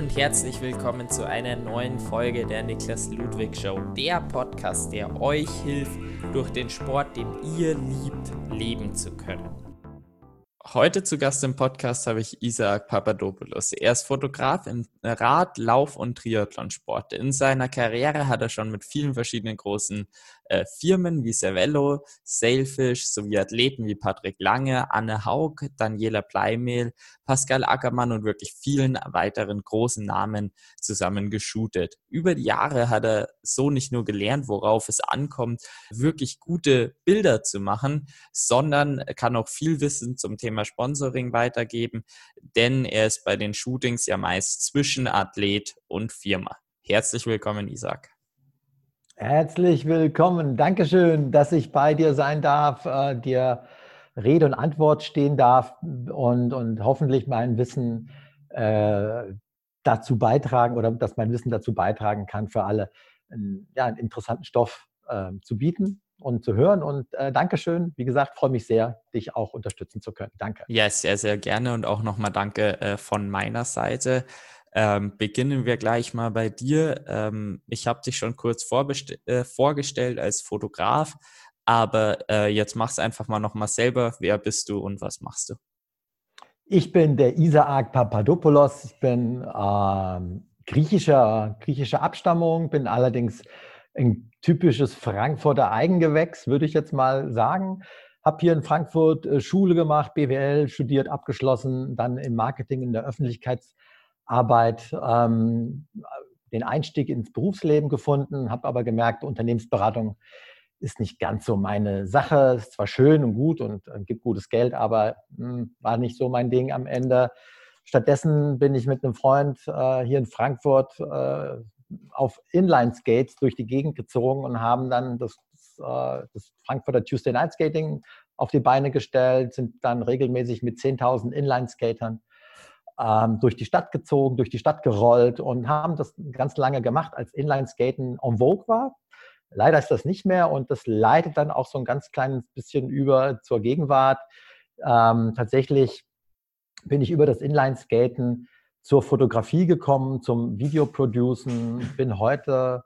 und herzlich willkommen zu einer neuen Folge der Niklas Ludwig Show, der Podcast, der euch hilft, durch den Sport, den ihr liebt, leben zu können. Heute zu Gast im Podcast habe ich Isaac Papadopoulos. Er ist Fotograf im Rad-, Lauf- und Triathlonsport. In seiner Karriere hat er schon mit vielen verschiedenen großen Firmen wie Cervelo, Sailfish sowie Athleten wie Patrick Lange, Anne Haug, Daniela Bleimehl, Pascal Ackermann und wirklich vielen weiteren großen Namen zusammen geshootet. Über die Jahre hat er so nicht nur gelernt, worauf es ankommt, wirklich gute Bilder zu machen, sondern kann auch viel Wissen zum Thema Sponsoring weitergeben, denn er ist bei den Shootings ja meist zwischen Athlet und Firma. Herzlich willkommen, Isaac. Herzlich willkommen. Dankeschön, dass ich bei dir sein darf, dir Rede und Antwort stehen darf und hoffentlich mein Wissen dazu beitragen oder dass mein Wissen dazu beitragen kann, für alle einen interessanten Stoff zu bieten und zu hören. Und Dankeschön. Wie gesagt, freue mich sehr, dich auch unterstützen zu können. Danke. Ja, sehr, sehr gerne und auch nochmal danke von meiner Seite. Beginnen wir gleich mal bei dir. Ich habe dich schon kurz vorgestellt als Fotograf, aber jetzt mach's einfach mal nochmal selber. Wer bist du und was machst du? Ich bin der Isaac Papadopoulos. Ich bin griechischer Abstammung, bin allerdings ein typisches Frankfurter Eigengewächs, würde ich jetzt mal sagen. Habe hier in Frankfurt Schule gemacht, BWL studiert, abgeschlossen, dann im Marketing, in der Öffentlichkeitsarbeit den Einstieg ins Berufsleben gefunden, habe aber gemerkt, Unternehmensberatung ist nicht ganz so meine Sache. Ist zwar schön und gut und gibt gutes Geld, aber war nicht so mein Ding am Ende. Stattdessen bin ich mit einem Freund hier in Frankfurt auf Inline-Skates durch die Gegend gezogen und haben dann das Frankfurter Tuesday Night Skating auf die Beine gestellt, sind dann regelmäßig mit 10.000 Inline-Skatern durch die Stadt gezogen, durch die Stadt gerollt und haben das ganz lange gemacht, als Inline-Skaten en vogue war. Leider ist das nicht mehr und das leitet dann auch so ein ganz kleines bisschen über zur Gegenwart. Tatsächlich bin ich über das Inline-Skaten zur Fotografie gekommen, zum Videoproducen, bin heute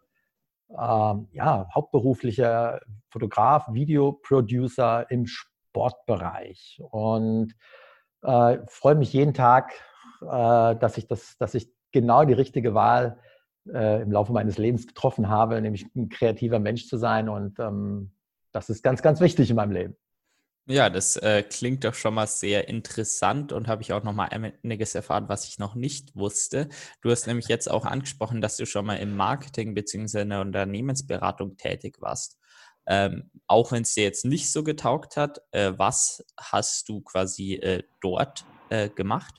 hauptberuflicher Fotograf, Videoproducer im Sportbereich und freue mich jeden Tag, dass ich genau die richtige Wahl im Laufe meines Lebens getroffen habe, nämlich ein kreativer Mensch zu sein und das ist ganz, ganz wichtig in meinem Leben. Ja, das klingt doch schon mal sehr interessant und habe ich auch noch mal einiges erfahren, was ich noch nicht wusste. Du hast nämlich jetzt auch angesprochen, dass du schon mal im Marketing bzw. in der Unternehmensberatung tätig warst. Auch wenn es dir jetzt nicht so getaugt hat, was hast du quasi dort gemacht?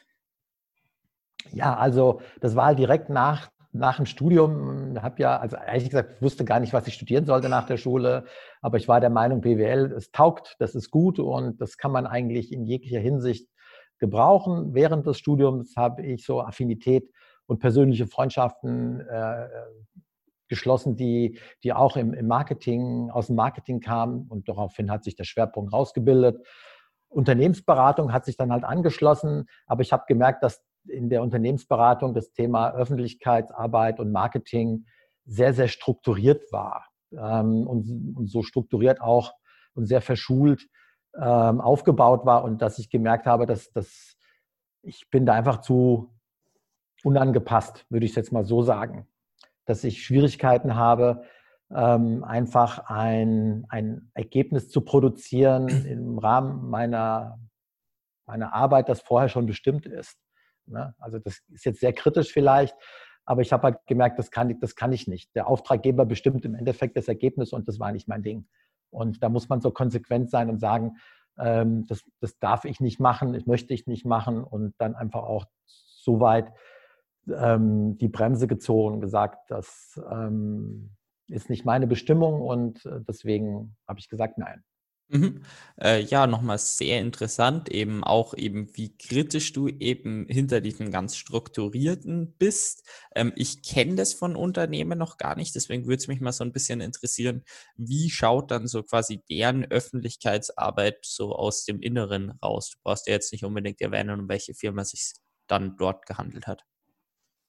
Ja, also das war halt direkt nach dem Studium. Also ehrlich gesagt, ich wusste gar nicht, was ich studieren sollte nach der Schule, aber ich war der Meinung, BWL, es taugt, das ist gut und das kann man eigentlich in jeglicher Hinsicht gebrauchen. Während des Studiums habe ich so Affinität und persönliche Freundschaften geschlossen, die auch im Marketing, aus dem Marketing kamen und daraufhin hat sich der Schwerpunkt rausgebildet. Unternehmensberatung hat sich dann halt angeschlossen, aber ich habe gemerkt, dass in der Unternehmensberatung das Thema Öffentlichkeitsarbeit und Marketing sehr, sehr strukturiert war und so strukturiert auch und sehr verschult aufgebaut war und dass ich gemerkt habe, dass ich bin da einfach zu unangepasst, würde ich es jetzt mal so sagen, dass ich Schwierigkeiten habe, einfach ein Ergebnis zu produzieren im Rahmen meiner Arbeit, das vorher schon bestimmt ist. Ne? Also das ist jetzt sehr kritisch vielleicht, aber ich habe halt gemerkt, das kann ich nicht. Der Auftraggeber bestimmt im Endeffekt das Ergebnis und das war nicht mein Ding. Und da muss man so konsequent sein und sagen, das darf ich nicht machen, das möchte ich nicht machen und dann einfach auch so weit die Bremse gezogen und gesagt, das ist nicht meine Bestimmung und deswegen habe ich gesagt, nein. Mhm. Ja, nochmal sehr interessant, eben auch eben, wie kritisch du eben hinter diesem ganz Strukturierten bist. Ich kenne das von Unternehmen noch gar nicht, deswegen würde es mich mal so ein bisschen interessieren, wie schaut dann so quasi deren Öffentlichkeitsarbeit so aus dem Inneren raus? Du brauchst ja jetzt nicht unbedingt erwähnen, um welche Firma es sich dann dort gehandelt hat.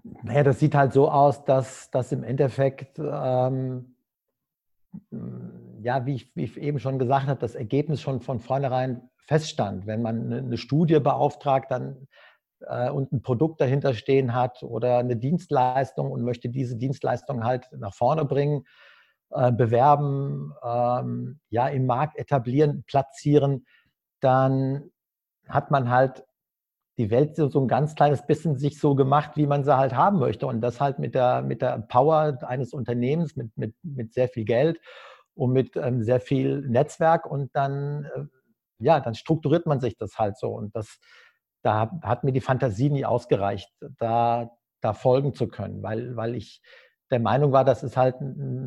Naja, das sieht halt so aus, dass im Endeffekt, ja, wie ich eben schon gesagt habe, das Ergebnis schon von vornherein feststand. Wenn man eine Studie beauftragt, dann und ein Produkt dahinter stehen hat oder eine Dienstleistung und möchte diese Dienstleistung halt nach vorne bringen, bewerben, ja, im Markt etablieren, platzieren, dann hat man halt die Welt so ein ganz kleines bisschen sich so gemacht, wie man sie halt haben möchte. Und das halt mit der Power eines Unternehmens, mit sehr viel Geld und mit sehr viel Netzwerk. Und dann, ja, dann strukturiert man sich das halt so. Und da hat mir die Fantasie nie ausgereicht, da folgen zu können, weil ich der Meinung war, das ist halt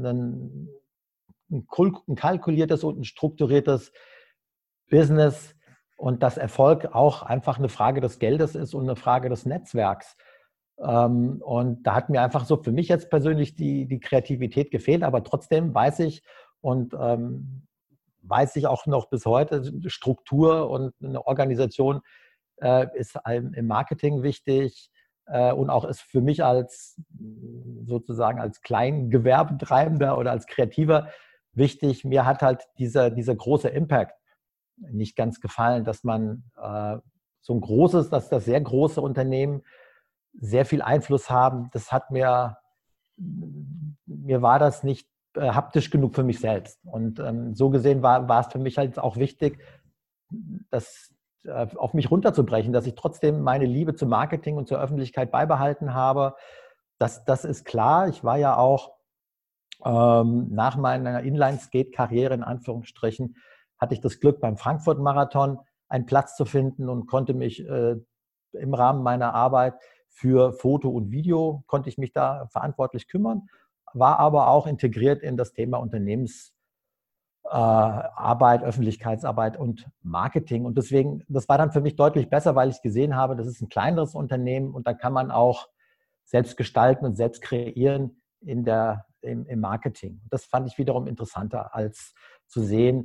ein kalkuliertes und ein strukturiertes Business und dass Erfolg auch einfach eine Frage des Geldes ist und eine Frage des Netzwerks. Und da hat mir einfach so für mich jetzt persönlich die Kreativität gefehlt, aber trotzdem weiß ich und weiß ich auch noch bis heute, Struktur und eine Organisation ist im Marketing wichtig und auch ist für mich als sozusagen als Kleingewerbetreibender oder als Kreativer wichtig. Mir hat halt dieser große Impact nicht ganz gefallen, dass man so ein großes, dass das sehr große Unternehmen sehr viel Einfluss haben. Mir war das nicht haptisch genug für mich selbst. Und so gesehen war es für mich halt auch wichtig, das auf mich runterzubrechen, dass ich trotzdem meine Liebe zum Marketing und zur Öffentlichkeit beibehalten habe. Das ist klar. Ich war ja auch nach meiner Inline-Skate-Karriere in Anführungsstrichen hatte ich das Glück, beim Frankfurt-Marathon einen Platz zu finden und konnte mich im Rahmen meiner Arbeit für Foto und Video, konnte ich mich da verantwortlich kümmern, war aber auch integriert in das Thema Unternehmensarbeit, Öffentlichkeitsarbeit und Marketing. Und deswegen, das war dann für mich deutlich besser, weil ich gesehen habe, das ist ein kleineres Unternehmen und da kann man auch selbst gestalten und selbst kreieren im Marketing. Das fand ich wiederum interessanter, als zu sehen,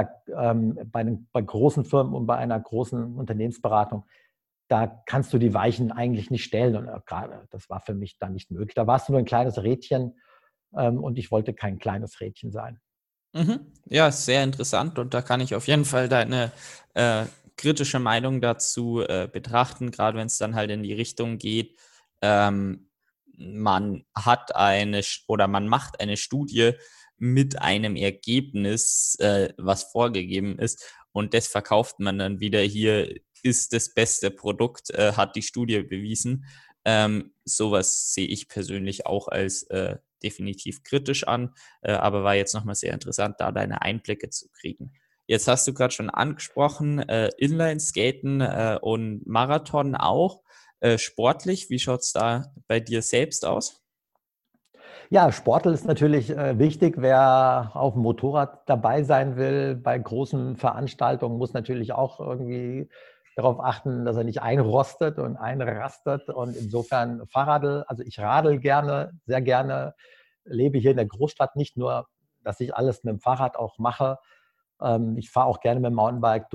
bei großen Firmen und bei einer großen Unternehmensberatung, da kannst du die Weichen eigentlich nicht stellen. Und gerade das war für mich dann nicht möglich. Da warst du nur ein kleines Rädchen und ich wollte kein kleines Rädchen sein. Mhm. Ja, ist sehr interessant und da kann ich auf jeden Fall deine äh, kritische Meinung dazu betrachten, gerade wenn es dann halt in die Richtung geht, ähm, man hat oder man macht eine Studie mit einem Ergebnis, was vorgegeben ist und das verkauft man dann wieder hier, ist das beste Produkt, hat die Studie bewiesen. Sowas sehe ich persönlich auch als definitiv kritisch an, aber war jetzt nochmal sehr interessant, da deine Einblicke zu kriegen. Jetzt hast du gerade schon angesprochen, Inline-Skaten und Marathon auch. Sportlich, wie schaut es da bei dir selbst aus? Ja, Sportler ist natürlich wichtig. Wer auf dem Motorrad dabei sein will, bei großen Veranstaltungen, muss natürlich auch irgendwie darauf achten, dass er nicht einrostet und einrastet. Und insofern Fahrradl, also ich radel gerne, sehr gerne, lebe hier in der Großstadt, nicht nur, dass ich alles mit dem Fahrrad auch mache. Ich fahre auch gerne mit dem Mountainbike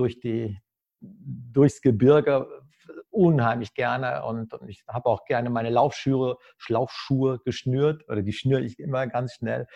durchs Gebirge unheimlich gerne und ich habe auch gerne meine Laufschuhe geschnürt oder die schnüre ich immer ganz schnell.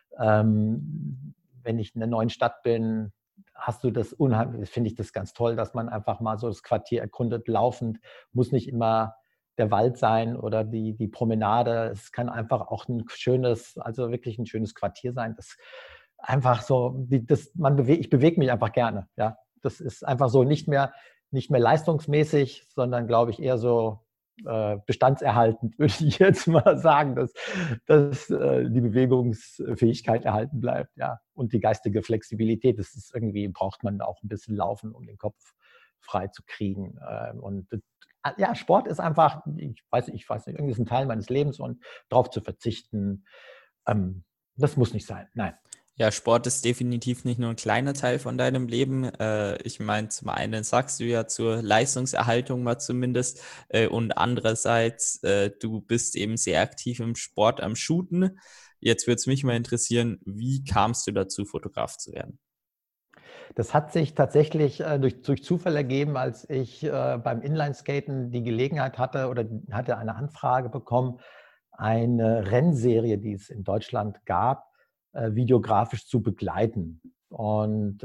Wenn ich in einer neuen Stadt bin, hast du das unheimlich, finde ich das ganz toll, dass man einfach mal so das Quartier erkundet, laufend, muss nicht immer der Wald sein oder die Promenade. Es kann einfach auch ein schönes, also wirklich ein schönes Quartier sein. Das einfach so, ich bewege mich einfach gerne. Ja, das ist einfach so nicht mehr leistungsmäßig, sondern glaube ich eher so bestandserhaltend, würde ich jetzt mal sagen, dass die Bewegungsfähigkeit erhalten bleibt, ja. Und die geistige Flexibilität, das ist irgendwie, braucht man auch ein bisschen Laufen, um den Kopf frei zu kriegen. Und ja, Sport ist einfach, ich weiß nicht, irgendwie ist ein Teil meines Lebens und darauf zu verzichten, ähm, das muss nicht sein. Nein. Ja, Sport ist definitiv nicht nur ein kleiner Teil von deinem Leben. Ich meine, zum einen sagst du ja zur Leistungserhaltung mal zumindest und andererseits, du bist eben sehr aktiv im Sport am Shooten. Jetzt würde es mich mal interessieren, wie kamst du dazu, Fotograf zu werden? Das hat sich tatsächlich durch Zufall ergeben, als ich beim Inlineskaten die Gelegenheit hatte oder hatte eine Anfrage bekommen, eine Rennserie, die es in Deutschland gab, videografisch zu begleiten. Und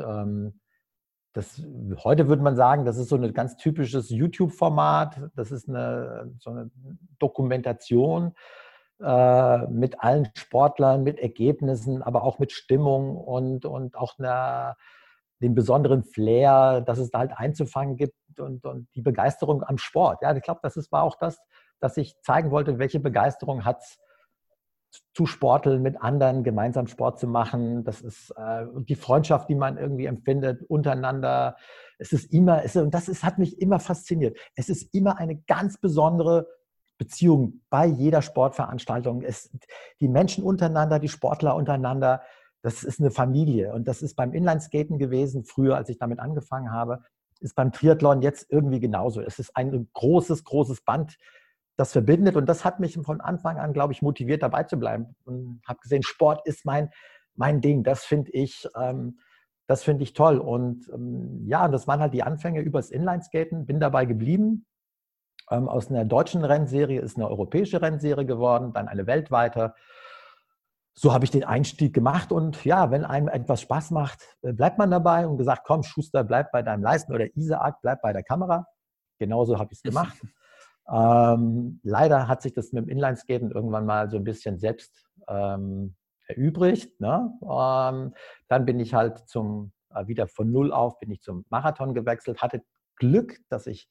heute würde man sagen, das ist so ein ganz typisches YouTube-Format. Das ist so eine Dokumentation mit allen Sportlern, mit Ergebnissen, aber auch mit Stimmung und auch dem besonderen Flair, dass es da halt einzufangen gibt und die Begeisterung am Sport. Ja, ich glaube, war auch das, dass ich zeigen wollte, welche Begeisterung hat es zu sporteln, mit anderen gemeinsam Sport zu machen. Das ist die Freundschaft, die man irgendwie empfindet untereinander. Hat mich immer fasziniert. Es ist immer eine ganz besondere Beziehung bei jeder Sportveranstaltung. Die Menschen untereinander, die Sportler untereinander, das ist eine Familie. Und das ist beim Inlineskaten gewesen, früher, als ich damit angefangen habe, ist beim Triathlon jetzt irgendwie genauso. Es ist ein großes, großes Band, das verbindet. Und das hat mich von Anfang an, glaube ich, motiviert, dabei zu bleiben. Und habe gesehen, Sport ist mein Ding. Das finde ich toll. Und ja, das waren halt die Anfänge übers Inlineskaten. Bin dabei geblieben. Aus einer deutschen Rennserie ist eine europäische Rennserie geworden, dann eine weltweite. So habe ich den Einstieg gemacht. Und ja, wenn einem etwas Spaß macht, bleibt man dabei und gesagt, komm, Schuster, bleib bei deinem Leisten oder Isaak, bleib bei der Kamera. Genauso habe ich es gemacht. Leider hat sich das mit dem Inlineskaten irgendwann mal so ein bisschen selbst erübrigt. Ne? Dann bin ich halt wieder von Null auf, bin ich zum Marathon gewechselt, hatte Glück, dass ich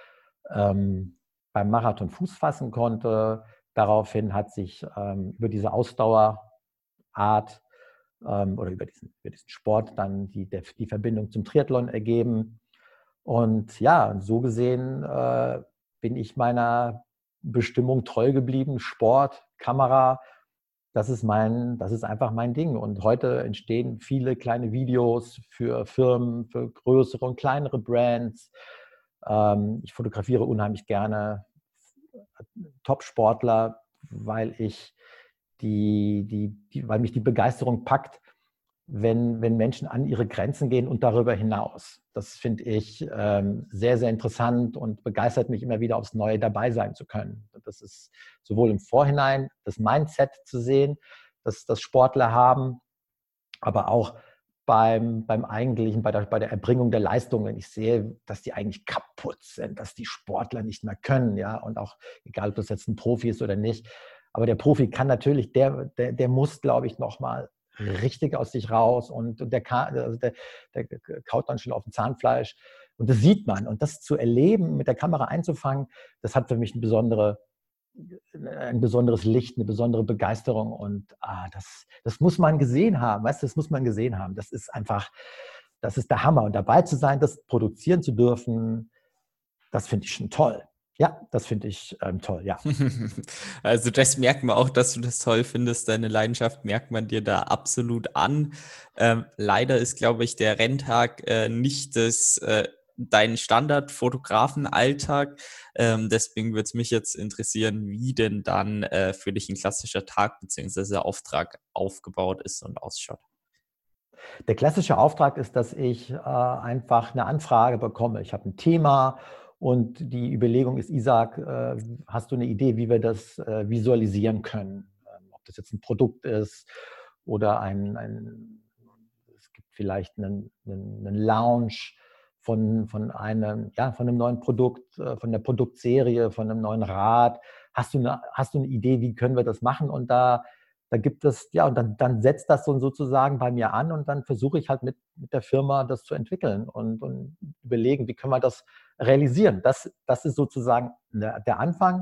beim Marathon Fuß fassen konnte. Daraufhin hat sich über diese Ausdauerart oder über diesen Sport dann die Verbindung zum Triathlon ergeben. Und ja, so gesehen bin ich meiner Bestimmung treu geblieben. Sport, Kamera, das ist einfach mein Ding. Und heute entstehen viele kleine Videos für Firmen, für größere und kleinere Brands. Ich fotografiere unheimlich gerne Top-Sportler, weil weil mich die Begeisterung packt, wenn Menschen an ihre Grenzen gehen und darüber hinaus. Das finde ich sehr, sehr interessant und begeistert mich immer wieder aufs Neue, dabei sein zu können. Das ist sowohl im Vorhinein das Mindset zu sehen, das Sportler haben, aber auch beim eigentlichen, bei der Erbringung der Leistung, wenn ich sehe, dass die eigentlich kaputt sind, dass die Sportler nicht mehr können, ja, und auch, egal ob das jetzt ein Profi ist oder nicht, aber der Profi kann natürlich, der muss, glaube ich, nochmal richtig aus sich raus und der kaut dann schon auf dem Zahnfleisch und das sieht man. Und das zu erleben, mit der Kamera einzufangen, das hat für mich ein besonderes Licht, eine besondere Begeisterung und das muss man gesehen haben, weißt du, das muss man gesehen haben. Das ist der Hammer. Und dabei zu sein, das produzieren zu dürfen, das finde ich schon toll. Ja, das finde ich toll, ja. Also das merkt man auch, dass du das toll findest. Deine Leidenschaft merkt man dir da absolut an. Leider ist, glaube ich, der Renntag nicht dein Standard-Fotografen-Alltag. Deswegen würde es mich jetzt interessieren, wie denn dann für dich ein klassischer Tag bzw. Auftrag aufgebaut ist und ausschaut. Der klassische Auftrag ist, dass ich einfach eine Anfrage bekomme. Ich habe ein Thema und die Überlegung ist, Isaac, hast du eine Idee, wie wir das visualisieren können? Ob das jetzt ein Produkt ist oder es gibt vielleicht einen Launch von einem neuen Produkt, von der Produktserie, von einem neuen Rad. Hast du eine Idee, wie können wir das machen? Und da gibt es, ja, und dann setzt das so sozusagen bei mir an und dann versuche ich halt mit der Firma das zu entwickeln und überlegen, wie können wir das realisieren. Das ist sozusagen der Anfang.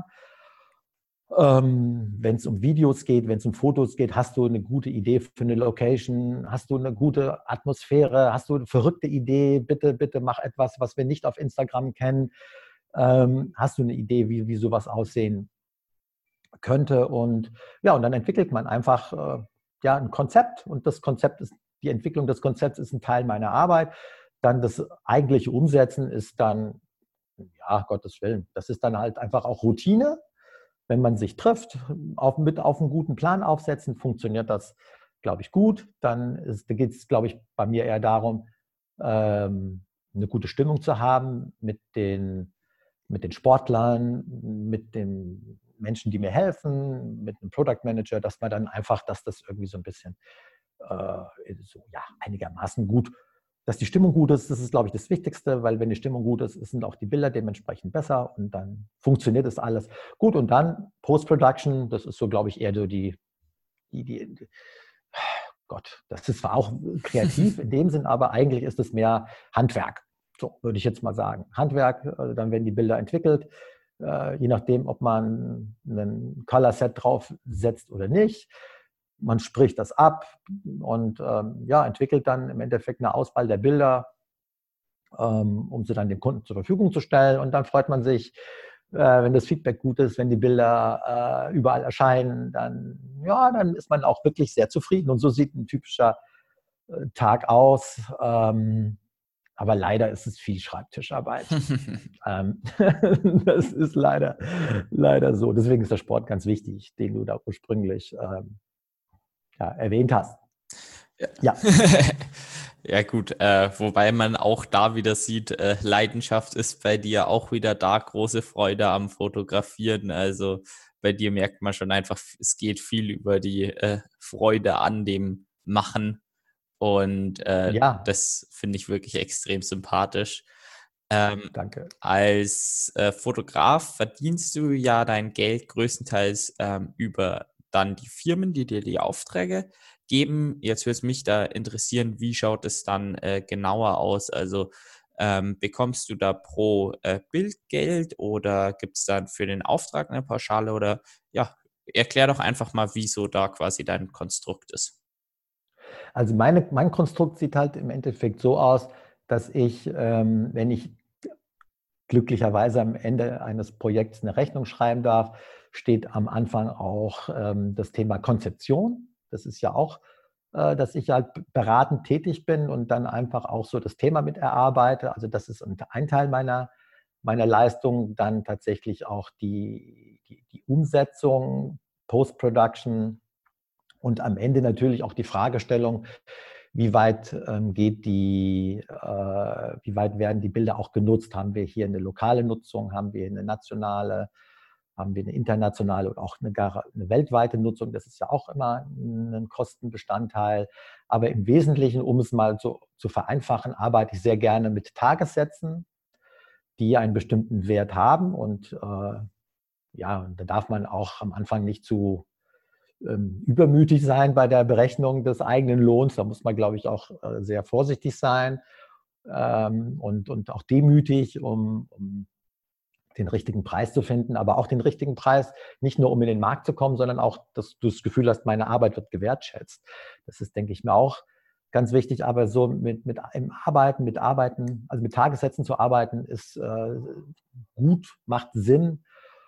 Wenn es um Videos geht, wenn es um Fotos geht, hast du eine gute Idee für eine Location, hast du eine gute Atmosphäre, hast du eine verrückte Idee, bitte, bitte mach etwas, was wir nicht auf Instagram kennen. Hast du eine Idee, wie sowas aussehen könnte? Und ja, und dann entwickelt man einfach ein Konzept und die Entwicklung des Konzepts ist ein Teil meiner Arbeit. Dann das eigentliche Umsetzen ist dann, ja, Gottes Willen, das ist dann halt einfach auch Routine. Wenn man sich trifft, auf einen guten Plan aufsetzen, funktioniert das, glaube ich, gut. Dann geht es, glaube ich, bei mir eher darum, eine gute Stimmung zu haben mit den Sportlern, mit den Menschen, die mir helfen, mit einem Product Manager, dass man dann einfach, dass das irgendwie so ein bisschen so, ja, einigermaßen gut, dass die Stimmung gut ist, das ist, glaube ich, das Wichtigste, weil wenn die Stimmung gut ist, sind auch die Bilder dementsprechend besser und dann funktioniert das alles gut. Und dann Post-Production, das ist so, glaube ich, eher so die Gott, das ist zwar auch kreativ in dem Sinn, aber eigentlich ist es mehr Handwerk. So würde ich jetzt mal sagen. Handwerk, dann werden die Bilder entwickelt, je nachdem, ob man einen Color Set draufsetzt oder nicht. Man spricht das ab und ja, entwickelt dann im Endeffekt eine Auswahl der Bilder, um sie dann dem Kunden zur Verfügung zu stellen. Und dann freut man sich, wenn das Feedback gut ist, wenn die Bilder überall erscheinen, dann, ja, dann ist man auch wirklich sehr zufrieden. Und so sieht ein typischer Tag aus. Aber leider ist es viel Schreibtischarbeit. Das ist leider so. Deswegen ist der Sport ganz wichtig, den du da ursprünglich ja, erwähnt hast. Ja. Ja gut, wobei man auch da wieder sieht, Leidenschaft ist bei dir auch wieder da, große Freude am Fotografieren. Also bei dir merkt man schon einfach, es geht viel über die Freude an dem Machen. Und Ja, das finde ich wirklich extrem sympathisch. danke. Als Fotograf verdienst du ja dein Geld größtenteils über dann die Firmen, die dir die Aufträge geben. Jetzt würde es mich da interessieren, wie schaut es dann genauer aus? Also bekommst du da pro Bild Geld oder gibt es dann für den Auftrag eine Pauschale? Oder ja, erklär doch einfach mal, wieso da quasi dein Konstrukt ist. Also mein Konstrukt sieht halt im Endeffekt so aus, dass ich, wenn ich glücklicherweise am Ende eines Projekts eine Rechnung schreiben darf, steht am Anfang auch das Thema Konzeption. Das ist ja auch, dass ich halt beratend tätig bin und dann einfach auch so das Thema mit erarbeite. Also das ist ein Teil meiner Leistung. Dann tatsächlich auch die Umsetzung, Post-Production und am Ende natürlich auch die Fragestellung, wie weit wie weit werden die Bilder auch genutzt? Haben wir hier eine lokale Nutzung? Haben wir eine nationale? Haben wir eine internationale und auch eine weltweite Nutzung? Das ist ja auch immer ein Kostenbestandteil. Aber im Wesentlichen, um es mal so zu vereinfachen, arbeite ich sehr gerne mit Tagessätzen, die einen bestimmten Wert haben. Und ja, da darf man auch am Anfang nicht zu übermütig sein bei der Berechnung des eigenen Lohns. Da muss man, glaube ich, auch sehr vorsichtig sein und auch demütig, um den richtigen Preis zu finden, aber auch den richtigen Preis, nicht nur um in den Markt zu kommen, sondern auch, dass du das Gefühl hast, meine Arbeit wird gewertschätzt. Das ist, denke ich mir, auch ganz wichtig. Aber so mit Arbeiten, also mit Tagessätzen zu arbeiten, ist gut, macht Sinn.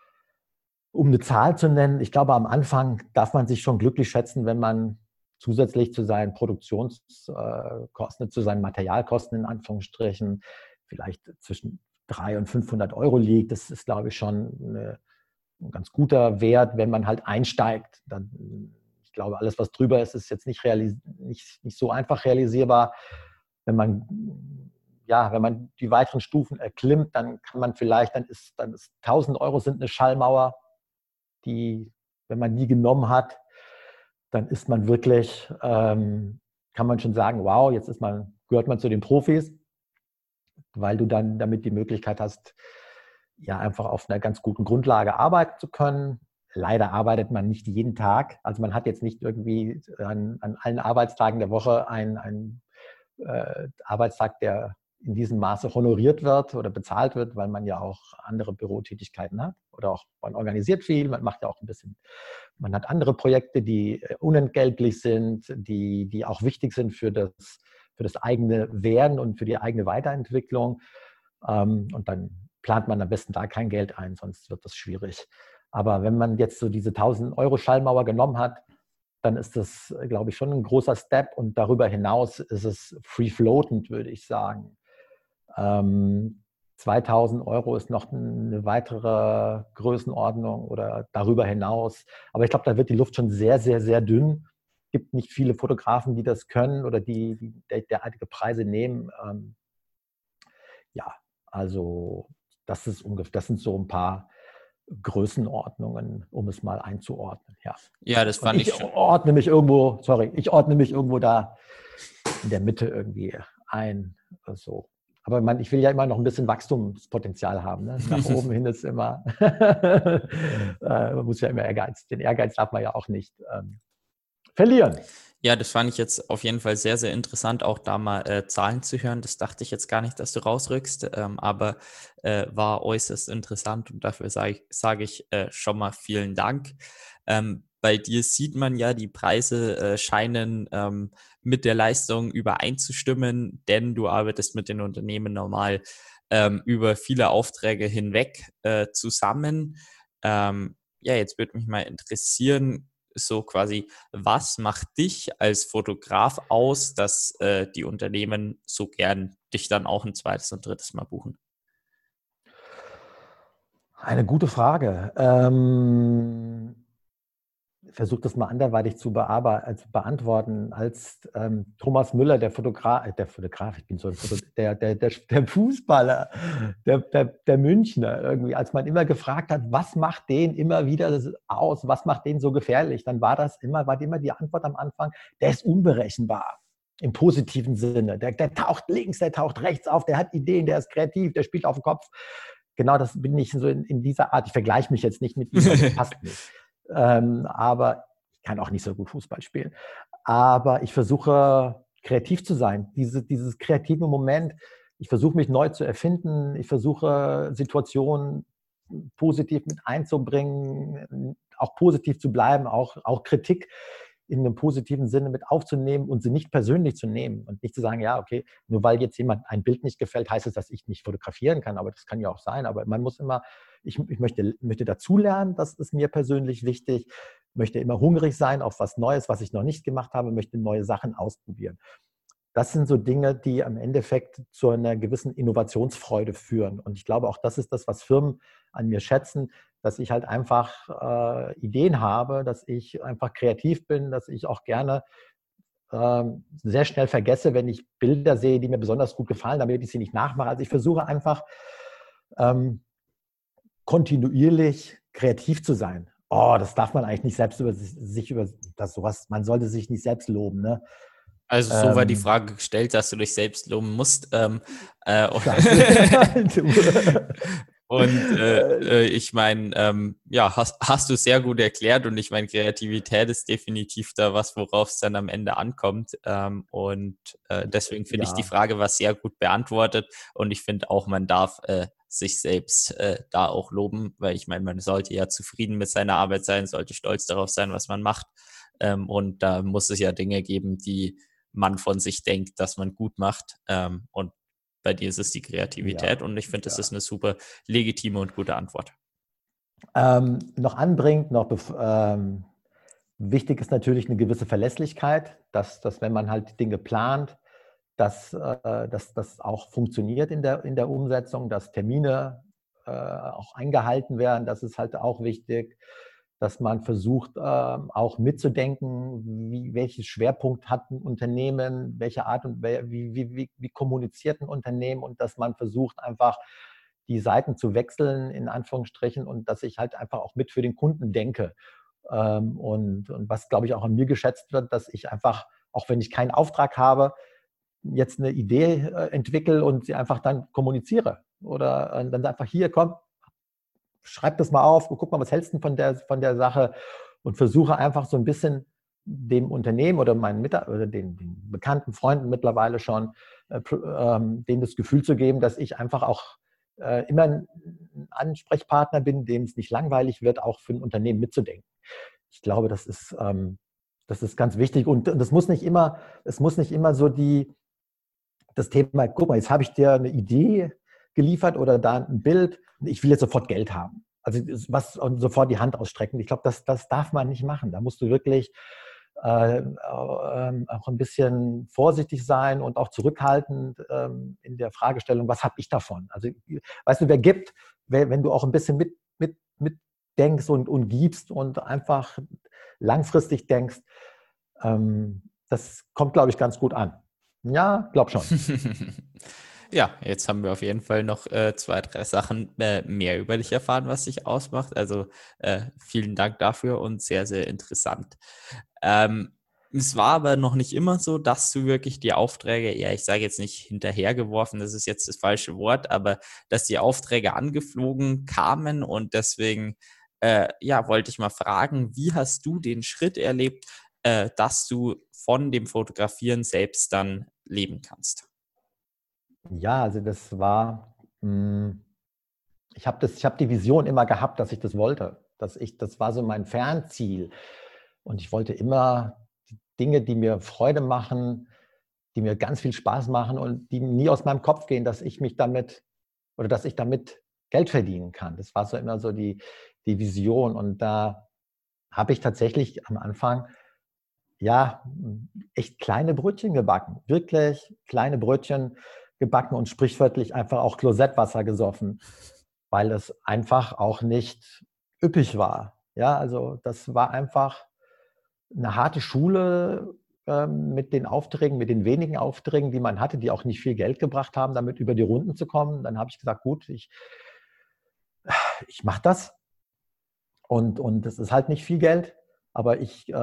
Um eine Zahl zu nennen, ich glaube, am Anfang darf man sich schon glücklich schätzen, wenn man zusätzlich zu seinen Produktionskosten, zu seinen Materialkosten in Anführungsstrichen, vielleicht zwischen 300 und 500 Euro liegt. Das ist, glaube ich, schon ein ganz guter Wert, wenn man halt einsteigt. Dann, ich glaube, alles, was drüber ist, ist jetzt nicht so einfach realisierbar. Wenn man, ja, wenn man die weiteren Stufen erklimmt, dann kann man vielleicht, dann ist 1000 Euro sind eine Schallmauer, die, wenn man die genommen hat, dann ist man wirklich, kann man schon sagen, wow, gehört man zu den Profis, weil du dann damit die Möglichkeit hast, ja, einfach auf einer ganz guten Grundlage arbeiten zu können. Leider arbeitet man nicht jeden Tag. Also man hat jetzt nicht irgendwie an allen Arbeitstagen der Woche einen Arbeitstag, der in diesem Maße honoriert wird oder bezahlt wird, weil man ja auch andere Bürotätigkeiten hat oder auch man organisiert viel, man macht ja auch ein bisschen, man hat andere Projekte, die unentgeltlich sind, die auch wichtig sind für das eigene Werden und für die eigene Weiterentwicklung. Und dann plant man am besten da kein Geld ein, sonst wird das schwierig. Aber wenn man jetzt so diese 1000 Euro Schallmauer genommen hat, dann ist das, glaube ich, schon ein großer Step. Und darüber hinaus ist es free-floatend, würde ich sagen. 2000 Euro ist noch eine weitere Größenordnung oder darüber hinaus. Aber ich glaube, da wird die Luft schon sehr, sehr, sehr dünn. gibt nicht viele Fotografen, die das können oder die derartige Preise nehmen. Ja, also das sind so ein paar Größenordnungen, um es mal einzuordnen. Ja, Ja, das und fand ich schon. ich ordne mich irgendwo da in der Mitte irgendwie ein. So. Aber ich will ja immer noch ein bisschen Wachstumspotenzial haben. Ne? Nach oben hin ist immer, man muss ja immer den Ehrgeiz darf man ja auch nicht verlieren. Ja, das fand ich jetzt auf jeden Fall sehr, sehr interessant, auch da mal Zahlen zu hören. Das dachte ich jetzt gar nicht, dass du rausrückst, aber war äußerst interessant und dafür sage ich schon mal vielen Dank. Bei dir sieht man ja, die Preise scheinen mit der Leistung übereinzustimmen, denn du arbeitest mit den Unternehmen normal über viele Aufträge hinweg zusammen. Ja, jetzt würde mich mal interessieren, so quasi, was macht dich als Fotograf aus, dass die Unternehmen so gern dich dann auch ein zweites und drittes Mal buchen? Eine gute Frage. Versuche das mal anderweitig zu beantworten. Als Thomas Müller, der Fotograf, ich bin so der Fußballer, der Münchner irgendwie, als man immer gefragt hat, was macht den immer wieder aus, was macht den so gefährlich, dann war immer die Antwort am Anfang, der ist unberechenbar. Im positiven Sinne. Der taucht links, der taucht rechts auf, der hat Ideen, der ist kreativ, der spielt auf den Kopf. Genau, das bin ich so in dieser Art. Ich vergleiche mich jetzt nicht mit ihm, weil das passt nicht. Aber ich kann auch nicht so gut Fußball spielen. Aber ich versuche kreativ zu sein. Dieses kreative Moment, ich versuche mich neu zu erfinden. Ich versuche Situationen positiv mit einzubringen, auch positiv zu bleiben, auch Kritik in einem positiven Sinne mit aufzunehmen und sie nicht persönlich zu nehmen und nicht zu sagen, ja, okay, nur weil jetzt jemand ein Bild nicht gefällt, heißt es, dass ich nicht fotografieren kann, aber das kann ja auch sein, aber man muss immer, ich möchte dazulernen, das ist mir persönlich wichtig, möchte immer hungrig sein auf was Neues, was ich noch nicht gemacht habe, möchte neue Sachen ausprobieren. Das sind so Dinge, die am Endeffekt zu einer gewissen Innovationsfreude führen. Und ich glaube, auch das ist das, was Firmen an mir schätzen, dass ich halt einfach Ideen habe, dass ich einfach kreativ bin, dass ich auch gerne sehr schnell vergesse, wenn ich Bilder sehe, die mir besonders gut gefallen, damit ich sie nicht nachmache. Also ich versuche einfach ähm, kontinuierlich kreativ zu sein. Oh, das darf man eigentlich nicht selbst man sollte sich nicht selbst loben, ne? Also so war die Ähm, Frage gestellt, dass du dich selbst loben musst. Und ich meine, ja, hast du sehr gut erklärt und ich meine, Kreativität ist definitiv da was, worauf es dann am Ende ankommt. Und deswegen finde ich die ja, Frage war sehr gut beantwortet und ich finde auch, man darf sich selbst da auch loben, weil ich meine, man sollte ja zufrieden mit seiner Arbeit sein, sollte stolz darauf sein, was man macht. Und da muss es ja Dinge geben, die man von sich denkt, dass man gut macht. Und bei dir ist es die Kreativität ja, und ich finde, das ist ja. eine super legitime und gute Antwort. Noch anbringt, wichtig ist natürlich eine gewisse Verlässlichkeit, dass wenn man halt Dinge plant, dass das auch funktioniert in der Umsetzung, dass Termine auch eingehalten werden. Das ist halt auch wichtig, dass man versucht, auch mitzudenken, welches Schwerpunkt hat ein Unternehmen, welche Art und wie kommuniziert ein Unternehmen und dass man versucht, einfach die Seiten zu wechseln, in Anführungsstrichen, und dass ich halt einfach auch mit für den Kunden denke. Und was, glaube ich, auch an mir geschätzt wird, dass ich einfach, auch wenn ich keinen Auftrag habe, jetzt eine Idee entwickle und sie einfach dann kommuniziere. Oder dann einfach hier, komm, schreib das mal auf, guck mal, was hältst du von der Sache und versuche einfach so ein bisschen dem Unternehmen oder den bekannten Freunden mittlerweile schon, denen das Gefühl zu geben, dass ich einfach auch immer ein Ansprechpartner bin, dem es nicht langweilig wird, auch für ein Unternehmen mitzudenken. Ich glaube, das ist ganz wichtig und es muss nicht immer so das Thema, guck mal, jetzt habe ich dir eine Idee geliefert oder da ein Bild, ich will jetzt sofort Geld haben. Also und sofort die Hand ausstrecken. Ich glaube, das darf man nicht machen. Da musst du wirklich auch ein bisschen vorsichtig sein und auch zurückhaltend in der Fragestellung, was habe ich davon? Also, weißt du, wenn du auch ein bisschen mit denkst und gibst und einfach langfristig denkst, Das kommt, glaube ich, ganz gut an. Ja, glaube schon. Ja, jetzt haben wir auf jeden Fall noch 2, 3 Sachen mehr über dich erfahren, was dich ausmacht. Also vielen Dank dafür und sehr, sehr interessant. Es war aber noch nicht immer so, dass du wirklich die Aufträge, ja, ich sage jetzt nicht hinterhergeworfen, das ist jetzt das falsche Wort, aber dass die Aufträge angeflogen kamen und deswegen, ja, wollte ich mal fragen, wie hast du den Schritt erlebt, dass du von dem Fotografieren selbst dann leben kannst? Ja, also das war, ich habe die Vision immer gehabt, dass ich das wollte. Das war so mein Fernziel. Und ich wollte immer die Dinge, die mir Freude machen, die mir ganz viel Spaß machen und die nie aus meinem Kopf gehen, dass ich mich damit oder dass ich damit Geld verdienen kann. Das war so immer so die Vision. Und da habe ich tatsächlich am Anfang ja echt kleine Brötchen gebacken. Wirklich kleine Brötchen gebacken und sprichwörtlich einfach auch Klosettwasser gesoffen, weil es einfach auch nicht üppig war. Ja, also das war einfach eine harte Schule mit den Aufträgen, mit den wenigen Aufträgen, die man hatte, die auch nicht viel Geld gebracht haben, damit über die Runden zu kommen. Dann habe ich gesagt, gut, ich mache das und das ist halt nicht viel Geld, aber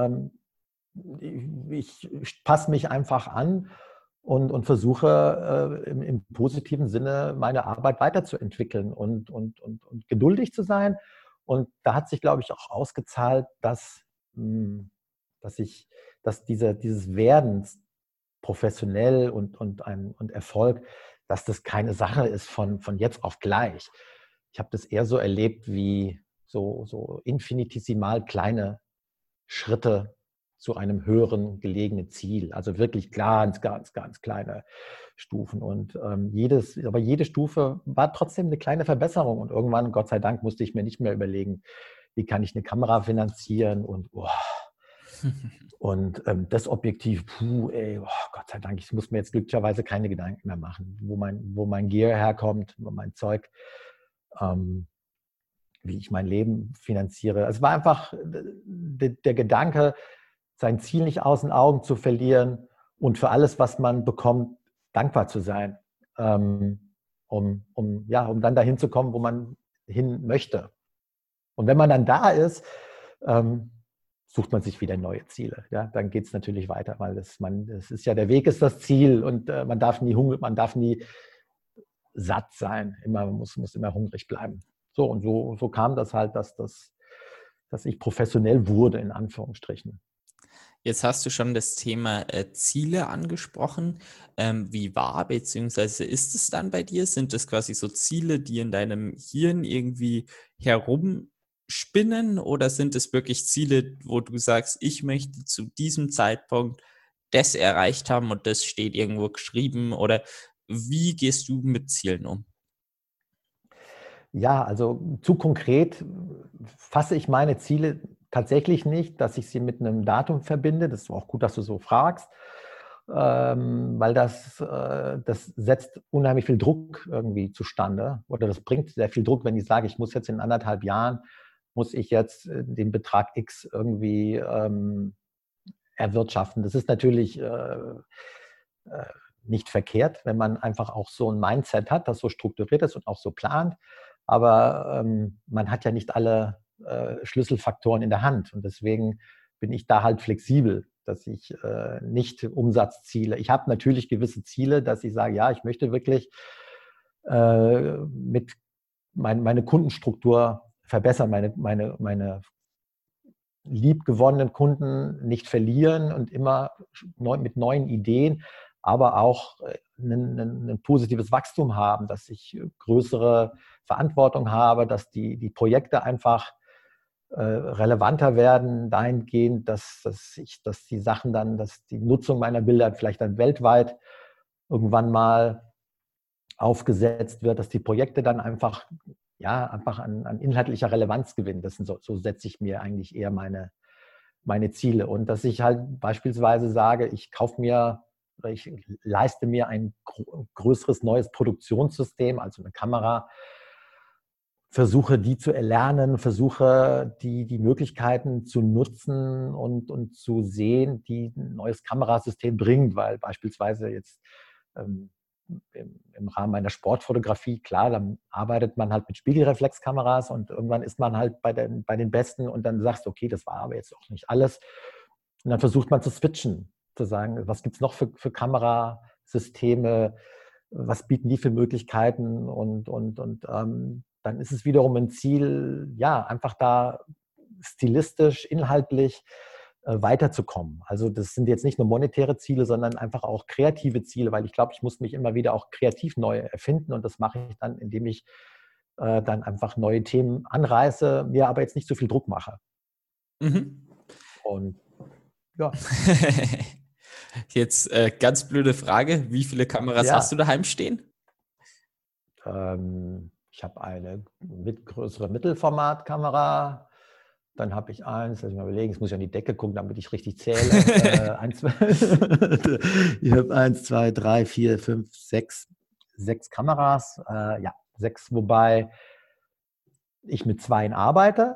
ich passe mich einfach an und versuche im positiven Sinne meine Arbeit weiterzuentwickeln und geduldig zu sein. Und da hat sich, glaube ich, auch ausgezahlt, mh, dass ich, dass dieses Werden professionell und Erfolg, dass das keine Sache ist von jetzt auf gleich. Ich habe das eher so erlebt wie so infinitesimal kleine Schritte zu einem höheren gelegenen Ziel. Also wirklich ganz, ganz, ganz kleine Stufen. Und aber jede Stufe war trotzdem eine kleine Verbesserung. Und irgendwann, Gott sei Dank, musste ich mir nicht mehr überlegen, wie kann ich eine Kamera finanzieren und das Objektiv, Gott sei Dank, ich muss mir jetzt glücklicherweise keine Gedanken mehr machen, wo mein Gear herkommt, wo mein Zeug, ähm, wie ich mein Leben finanziere. Es war einfach der Gedanke, sein Ziel nicht aus den Augen zu verlieren und für alles, was man bekommt, dankbar zu sein, um dann dahin zu kommen, wo man hin möchte. Und wenn man dann da ist, ähm, sucht man sich wieder neue Ziele. Ja, dann geht es natürlich weiter, weil das ist ja, der Weg ist das Ziel und man darf nie satt sein. Man muss immer hungrig bleiben. So und so kam das halt, dass ich professionell wurde, in Anführungsstrichen. Jetzt hast du schon das Thema Ziele angesprochen. Wie war beziehungsweise ist es dann bei dir? Sind das quasi so Ziele, die in deinem Hirn irgendwie herumspinnen oder sind es wirklich Ziele, wo du sagst, ich möchte zu diesem Zeitpunkt das erreicht haben und das steht irgendwo geschrieben oder wie gehst du mit Zielen um? Ja, also zu konkret fasse ich meine Ziele tatsächlich nicht, dass ich sie mit einem Datum verbinde. Das ist auch gut, dass du so fragst, weil das setzt unheimlich viel Druck irgendwie zustande oder das bringt sehr viel Druck, wenn ich sage, ich muss jetzt in 1,5 Jahren, muss ich jetzt den Betrag X irgendwie erwirtschaften. Das ist natürlich nicht verkehrt, wenn man einfach auch so ein Mindset hat, das so strukturiert ist und auch so plant. Aber man hat ja nicht alle Schlüsselfaktoren in der Hand. Und deswegen bin ich da halt flexibel, dass ich nicht Umsatzziele. Ich habe natürlich gewisse Ziele, dass ich sage, ja, ich möchte wirklich mit meine Kundenstruktur verbessern, meine liebgewonnenen Kunden nicht verlieren und immer mit neuen Ideen, aber auch ein positives Wachstum haben, dass ich größere Verantwortung habe, dass die Projekte einfach relevanter werden, dahingehend, dass die Sachen dann, dass die Nutzung meiner Bilder vielleicht dann weltweit irgendwann mal aufgesetzt wird, dass die Projekte dann einfach an inhaltlicher Relevanz gewinnen. So setze ich mir eigentlich eher meine Ziele. Und dass ich halt beispielsweise sage, ich leiste mir ein größeres neues Produktionssystem, also eine Kamera versuche die zu erlernen, versuche die Möglichkeiten zu nutzen und zu sehen, die ein neues Kamerasystem bringt, weil beispielsweise jetzt im Rahmen meiner Sportfotografie, klar, dann arbeitet man halt mit Spiegelreflexkameras und irgendwann ist man halt bei den Besten und dann sagst du, okay, das war aber jetzt auch nicht alles. Und dann versucht man zu switchen, zu sagen, was gibt es noch für Kamerasysteme, was bieten die für Möglichkeiten und dann ist es wiederum ein Ziel, ja, einfach da stilistisch, inhaltlich weiterzukommen. Also das sind jetzt nicht nur monetäre Ziele, sondern einfach auch kreative Ziele, weil ich glaube, ich muss mich immer wieder auch kreativ neu erfinden und das mache ich dann, indem ich dann einfach neue Themen anreiße, mir aber jetzt nicht so viel Druck mache. Mhm. Und ja. Jetzt ganz blöde Frage, wie viele Kameras hast du daheim stehen? Ich habe eine größere Mittelformatkamera. Dann habe ich eins, lass ich mal überlegen, jetzt muss ich an die Decke gucken, damit ich richtig zähle. Ich habe 1, 2, 3, 4, 5, 6 Kameras. Ja, 6, wobei ich mit 2 arbeite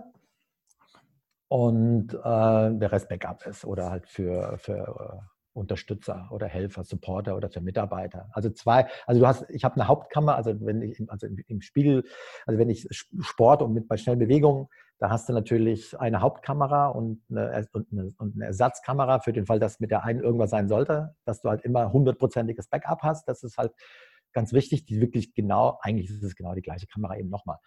und der Rest Backup ist oder halt für Unterstützer oder Helfer, Supporter oder für Mitarbeiter. Also ich habe eine Hauptkamera, also im Spiegel, also wenn ich Sport und bei schnellen Bewegungen, da hast du natürlich eine Hauptkamera und eine Ersatzkamera für den Fall, dass mit der einen irgendwas sein sollte, dass du halt immer 100%iges Backup hast. Das ist halt ganz wichtig, die wirklich genau, eigentlich ist es genau die gleiche Kamera eben nochmal.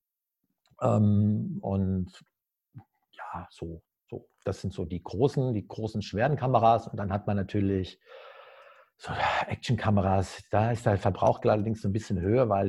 Und ja, so. Das sind so die großen, schweren Kameras. Und dann hat man natürlich so Actionkameras. Da ist der Verbrauch allerdings so ein bisschen höher, weil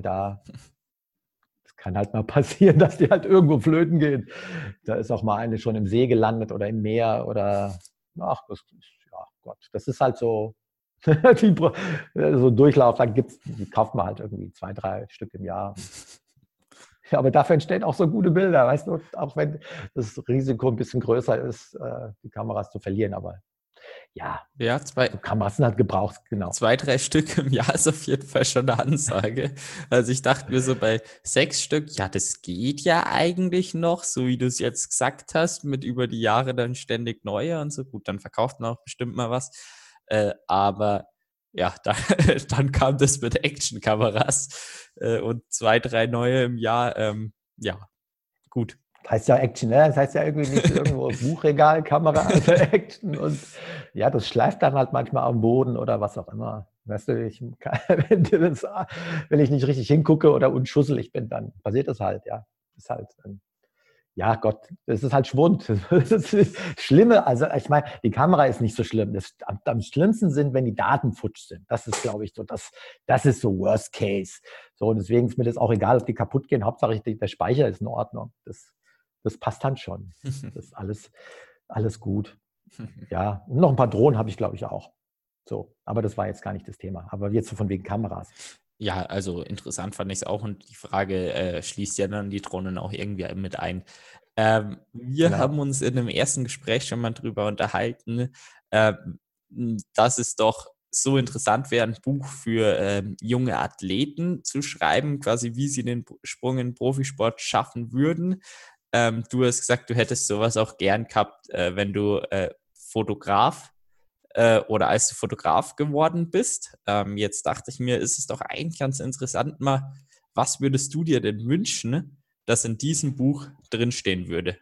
es kann halt mal passieren, dass die halt irgendwo flöten geht. Da ist auch mal eine schon im See gelandet oder im Meer oder, ja Gott, das ist halt so, so ein Durchlauf. Die kauft man halt irgendwie 2, 3 Stück im Jahr. Ja, aber dafür entstehen auch so gute Bilder, weißt du, auch wenn das Risiko ein bisschen größer ist, die Kameras zu verlieren. Aber ja, so Kameras sind halt gebraucht, genau. 2, 3 Stück im Jahr ist auf jeden Fall schon eine Ansage. Also ich dachte mir so bei 6 Stück, ja, das geht ja eigentlich noch, so wie du es jetzt gesagt hast, mit über die Jahre dann ständig neue und so. Gut, dann verkauft man auch bestimmt mal was. Aber ja, dann kam das mit Actionkameras und 2, 3 neue im Jahr. Ja, gut. Das heißt ja Action, ne? Das heißt ja irgendwie nicht irgendwo Buchregalkamera, also Action. Und ja, das schleift dann halt manchmal am Boden oder was auch immer. Weißt du, wenn ich nicht richtig hingucke oder unschusselig bin, dann passiert das halt, ja. Das ist halt, ja Gott, das ist halt Schwund. Das ist Schlimme, also ich meine, die Kamera ist nicht so schlimm. Am schlimmsten sind, wenn die Daten futsch sind. Das ist, glaube ich, so, das ist so Worst Case. So, und deswegen ist mir das auch egal, ob die kaputt gehen. Hauptsache, der Speicher ist in Ordnung. Das passt dann schon. Das ist alles gut. Ja, und noch ein paar Drohnen habe ich, glaube ich, auch. So, aber das war jetzt gar nicht das Thema. Aber jetzt so von wegen Kameras. Ja, also interessant fand ich es auch und die Frage schließt ja dann die Drohnen auch irgendwie mit ein. Wir haben uns in dem ersten Gespräch schon mal drüber unterhalten, dass es doch so interessant wäre, ein Buch für junge Athleten zu schreiben, quasi wie sie den Sprung in den Profisport schaffen würden. Du hast gesagt, du hättest sowas auch gern gehabt, wenn du Fotograf oder als du Fotograf geworden bist. Jetzt dachte ich mir, ist es doch eigentlich ganz interessant mal, was würdest du dir denn wünschen, dass in diesem Buch drinstehen würde?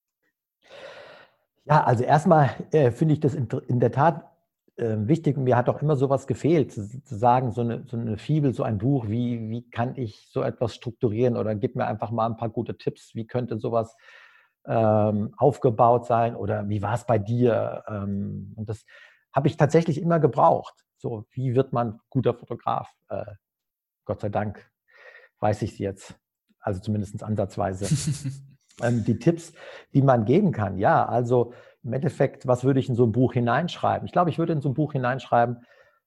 Ja, also erstmal finde ich das in der Tat wichtig. Mir hat auch immer sowas gefehlt, zu sagen, so eine Fibel, so ein Buch, wie kann ich so etwas strukturieren oder gib mir einfach mal ein paar gute Tipps, wie könnte sowas aufgebaut sein oder wie war es bei dir? Und das habe ich tatsächlich immer gebraucht. So, wie wird man guter Fotograf? Gott sei Dank weiß ich es jetzt, also zumindest ansatzweise. Die Tipps, die man geben kann, ja, also im Endeffekt, was würde ich in so ein Buch hineinschreiben? Ich glaube, ich würde in so ein Buch hineinschreiben,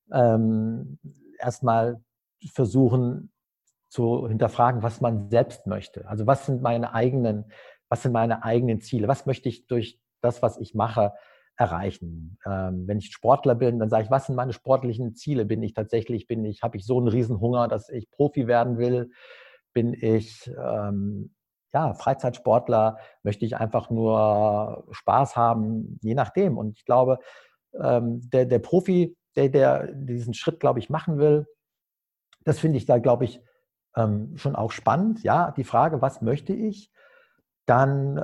erstmal versuchen zu hinterfragen, was man selbst möchte. Also was sind meine eigenen Ziele? Was möchte ich durch das, was ich mache, erreichen? Wenn ich Sportler bin, dann sage ich, was sind meine sportlichen Ziele? Habe ich so einen Riesenhunger, dass ich Profi werden will? bin ich Freizeitsportler, möchte ich einfach nur Spaß haben, je nachdem. Und ich glaube, der Profi, der diesen Schritt, glaube ich, machen will, das finde ich da, glaube ich, schon auch spannend. Ja, die Frage, was möchte ich? Dann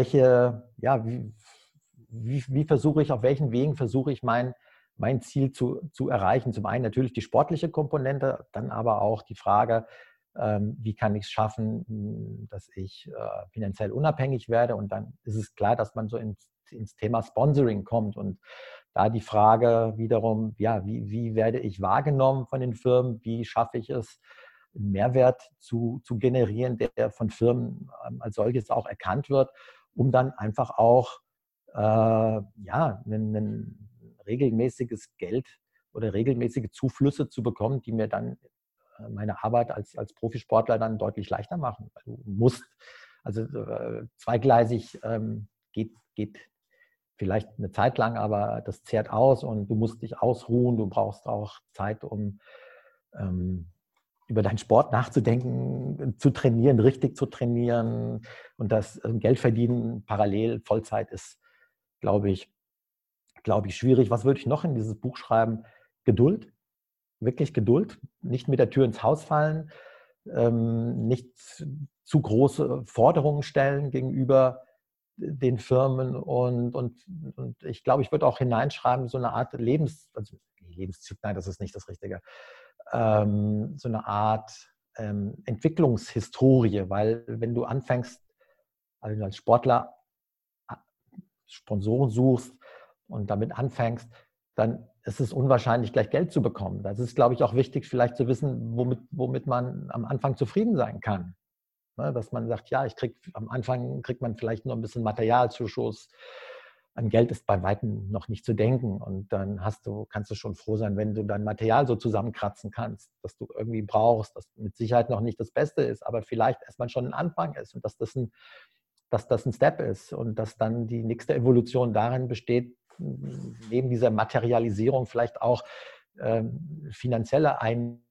wie versuche ich, auf welchen Wegen versuche ich mein Ziel zu erreichen? Zum einen natürlich die sportliche Komponente, dann aber auch die Frage, wie kann ich es schaffen, dass ich finanziell unabhängig werde? Und dann ist es klar, dass man so ins Thema Sponsoring kommt. Und da die Frage wiederum, ja, wie werde ich wahrgenommen von den Firmen? Wie schaffe ich es, einen Mehrwert zu generieren, der von Firmen als solches auch erkannt wird, um dann einfach auch ein regelmäßiges Geld oder regelmäßige Zuflüsse zu bekommen, die mir dann meine Arbeit als Profisportler dann deutlich leichter machen. Du musst, also zweigleisig geht vielleicht eine Zeit lang, aber das zehrt aus und du musst dich ausruhen, du brauchst auch Zeit, um über deinen Sport nachzudenken, zu trainieren, richtig zu trainieren und das Geld verdienen parallel, Vollzeit ist, glaube ich, schwierig. Was würde ich noch in dieses Buch schreiben? Geduld, wirklich Geduld, nicht mit der Tür ins Haus fallen, nicht zu große Forderungen stellen gegenüber den Firmen und ich glaube, ich würde auch hineinschreiben, so eine Art Lebenszeit, nein, das ist nicht das Richtige, so eine Art Entwicklungshistorie, weil wenn du anfängst, also als Sportler Sponsoren suchst und damit anfängst, dann ist es unwahrscheinlich, gleich Geld zu bekommen. Das ist, glaube ich, auch wichtig, vielleicht zu wissen, womit man am Anfang zufrieden sein kann. Ne, dass man sagt, ja, am Anfang kriegt man vielleicht nur ein bisschen Materialzuschuss. An Geld ist bei Weitem noch nicht zu denken. Und dann kannst du schon froh sein, wenn du dein Material so zusammenkratzen kannst, das du irgendwie brauchst, das mit Sicherheit noch nicht das Beste ist, aber vielleicht erstmal schon ein Anfang ist und dass das ein Step ist und dass dann die nächste Evolution darin besteht, neben dieser Materialisierung vielleicht auch finanzielle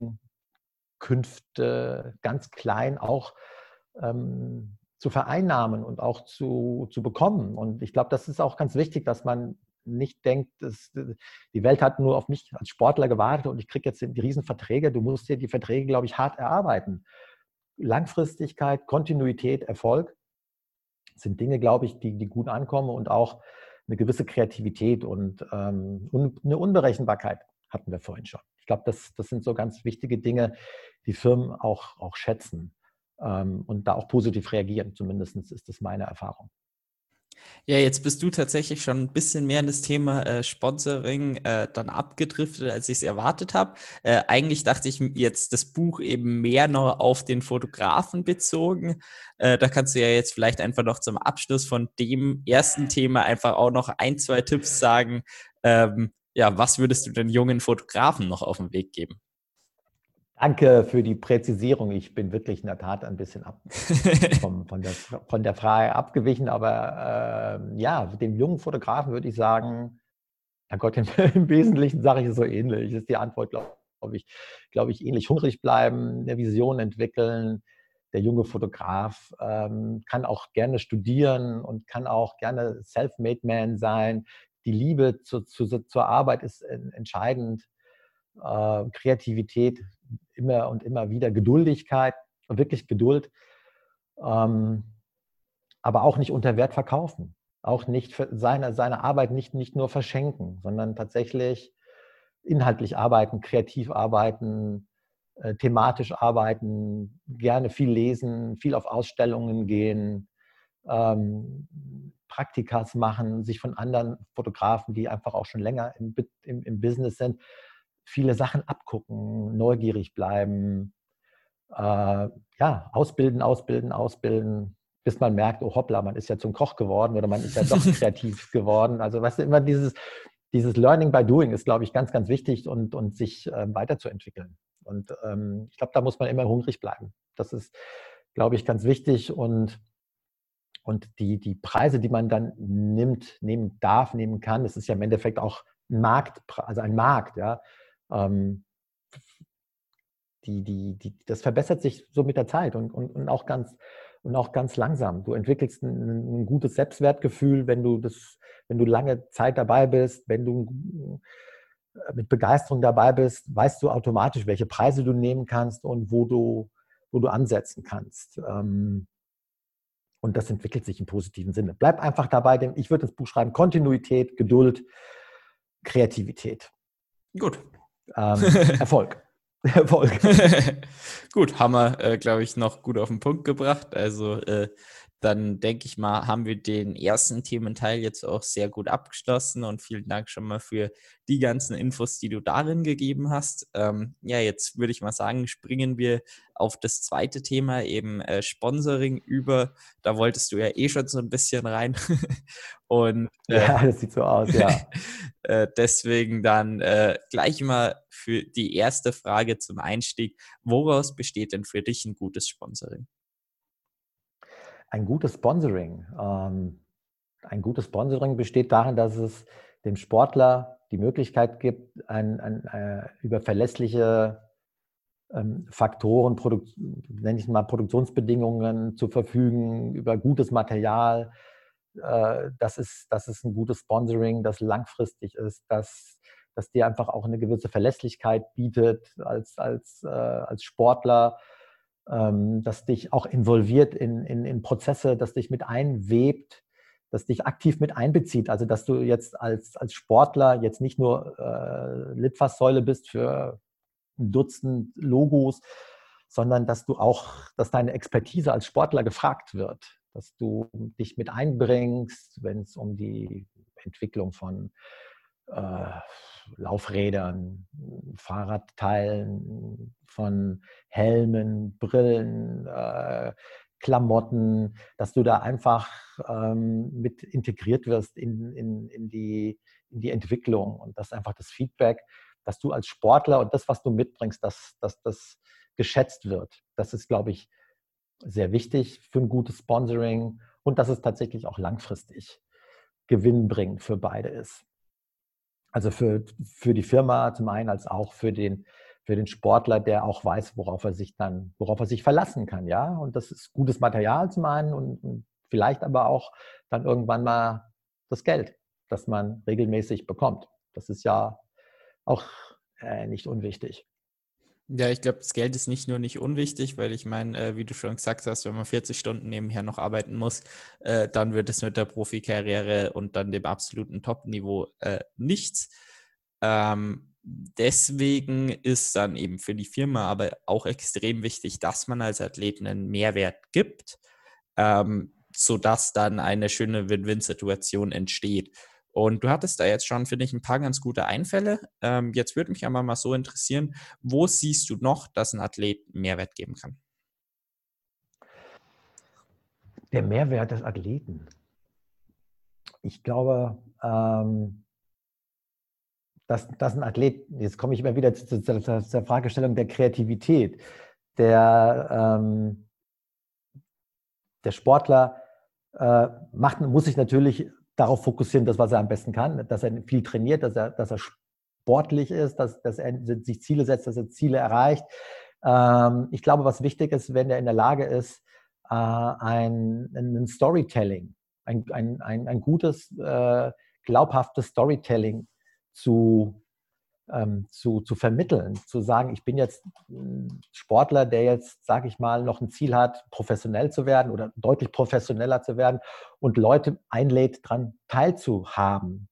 Einkünfte ganz klein auch zu vereinnahmen und auch zu bekommen. Und ich glaube, das ist auch ganz wichtig, dass man nicht denkt, die Welt hat nur auf mich als Sportler gewartet und ich kriege jetzt die Riesenverträge. Du musst dir die Verträge, glaube ich, hart erarbeiten. Langfristigkeit, Kontinuität, Erfolg sind Dinge, glaube ich, die gut ankommen und auch eine gewisse Kreativität und eine Unberechenbarkeit hatten wir vorhin schon. Ich glaube, das sind so ganz wichtige Dinge, die Firmen auch schätzen und da auch positiv reagieren. Zumindest ist das meine Erfahrung. Ja, jetzt bist du tatsächlich schon ein bisschen mehr in das Thema Sponsoring dann abgedriftet, als ich es erwartet habe. Eigentlich dachte ich jetzt das Buch eben mehr noch auf den Fotografen bezogen. Da kannst du ja jetzt vielleicht einfach noch zum Abschluss von dem ersten Thema einfach auch noch ein, zwei Tipps sagen. Ja, was würdest du den jungen Fotografen noch auf den Weg geben? Danke für die Präzisierung. Ich bin wirklich in der Tat ein bisschen von der Frage abgewichen, aber ja, dem jungen Fotografen würde ich sagen, Herrgott, im Wesentlichen sage ich es so ähnlich. Ist die Antwort, glaube ich, ähnlich. Hungrig bleiben, eine Vision entwickeln. Der junge Fotograf kann auch gerne studieren und kann auch gerne Self-Made Man sein. Die Liebe zur Arbeit ist entscheidend. Kreativität immer und immer wieder. Geduldigkeit und wirklich Geduld. Ähm, aber auch nicht unter Wert verkaufen. Auch nicht seine Arbeit nicht nur verschenken, sondern tatsächlich inhaltlich arbeiten, kreativ arbeiten, thematisch arbeiten, gerne viel lesen, viel auf Ausstellungen gehen, Praktikas machen, sich von anderen Fotografen, die einfach auch schon länger im Business sind, viele Sachen abgucken, neugierig bleiben, ja, ausbilden, bis man merkt, oh hoppla, man ist ja zum Koch geworden oder man ist ja doch kreativ geworden. Also weißt du, immer dieses Learning by Doing ist, glaube ich, ganz, ganz wichtig und sich weiterzuentwickeln. Und ich glaube, da muss man immer hungrig bleiben. Das ist, glaube ich, ganz wichtig und die Preise, die man dann nehmen darf, nehmen kann, das ist ja im Endeffekt auch ein Markt, also ein Markt, ja. das verbessert sich so mit der Zeit und auch ganz langsam. Du entwickelst ein gutes Selbstwertgefühl, wenn du lange Zeit dabei bist, wenn du mit Begeisterung dabei bist, weißt du automatisch, welche Preise du nehmen kannst und wo du ansetzen kannst. Und das entwickelt sich im positiven Sinne. Bleib einfach dabei, denn ich würde das Buch schreiben: Kontinuität, Geduld, Kreativität. Gut. Erfolg. Erfolg. Gut, haben wir, glaube ich, noch gut auf den Punkt gebracht. Also dann denke ich mal, haben wir den ersten Thementeil jetzt auch sehr gut abgeschlossen und vielen Dank schon mal für die ganzen Infos, die du darin gegeben hast. Ja, jetzt würde ich mal sagen, springen wir auf das zweite Thema, eben Sponsoring über. Da wolltest du ja eh schon so ein bisschen rein. Und ja, das sieht so aus, ja. deswegen dann gleich mal für die erste Frage zum Einstieg. Woraus besteht denn für dich ein gutes Sponsoring? Ein gutes Sponsoring. Ein gutes Sponsoring besteht darin, dass es dem Sportler die Möglichkeit gibt, über verlässliche Faktoren, nenne ich es mal Produktionsbedingungen zu verfügen, über gutes Material. Das ist ein gutes Sponsoring, das langfristig ist, das dir einfach auch eine gewisse Verlässlichkeit bietet als Sportler, das dich auch involviert in Prozesse, das dich mit einwebt, das dich aktiv mit einbezieht. Also dass du jetzt als Sportler jetzt nicht nur Litfaßsäule bist für ein Dutzend Logos, sondern dass deine Expertise als Sportler gefragt wird, dass du dich mit einbringst, wenn es um die Entwicklung von Laufrädern, Fahrradteilen, von Helmen, Brillen, Klamotten, dass du da einfach mit integriert wirst in die Entwicklung und dass einfach das Feedback, dass du als Sportler und das, was du mitbringst, dass das geschätzt wird. Das ist, glaube ich, sehr wichtig für ein gutes Sponsoring und dass es tatsächlich auch langfristig gewinnbringend für beide ist. Also für die Firma zum einen, als auch für den Sportler, der auch weiß, worauf er sich verlassen kann, ja. Und das ist gutes Material zum einen und vielleicht aber auch dann irgendwann mal das Geld, das man regelmäßig bekommt. Das ist ja auch nicht unwichtig. Ja, ich glaube, das Geld ist nicht nur nicht unwichtig, weil ich meine, wie du schon gesagt hast, wenn man 40 Stunden nebenher noch arbeiten muss, dann wird es mit der Profikarriere und dann dem absoluten Top-Niveau nichts. Deswegen ist dann eben für die Firma aber auch extrem wichtig, dass man als Athlet einen Mehrwert gibt, sodass dann eine schöne Win-Win-Situation entsteht. Und du hattest da jetzt schon, finde ich, ein paar ganz gute Einfälle. Jetzt würde mich aber mal so interessieren, wo siehst du noch, dass ein Athlet Mehrwert geben kann? Der Mehrwert des Athleten. Ich glaube, dass ein Athlet, jetzt komme ich immer wieder zur Fragestellung der Kreativität, der Sportler muss sich natürlich darauf fokussieren, das, was er am besten kann, dass er viel trainiert, dass er sportlich ist, dass er sich Ziele setzt, dass er Ziele erreicht. Ich glaube, was wichtig ist, wenn er in der Lage ist, ein Storytelling, ein gutes, glaubhaftes Storytelling zu vermitteln, zu sagen, ich bin jetzt ein Sportler, der jetzt, sage ich mal, noch ein Ziel hat, professionell zu werden oder deutlich professioneller zu werden und Leute einlädt, daran teilzuhaben,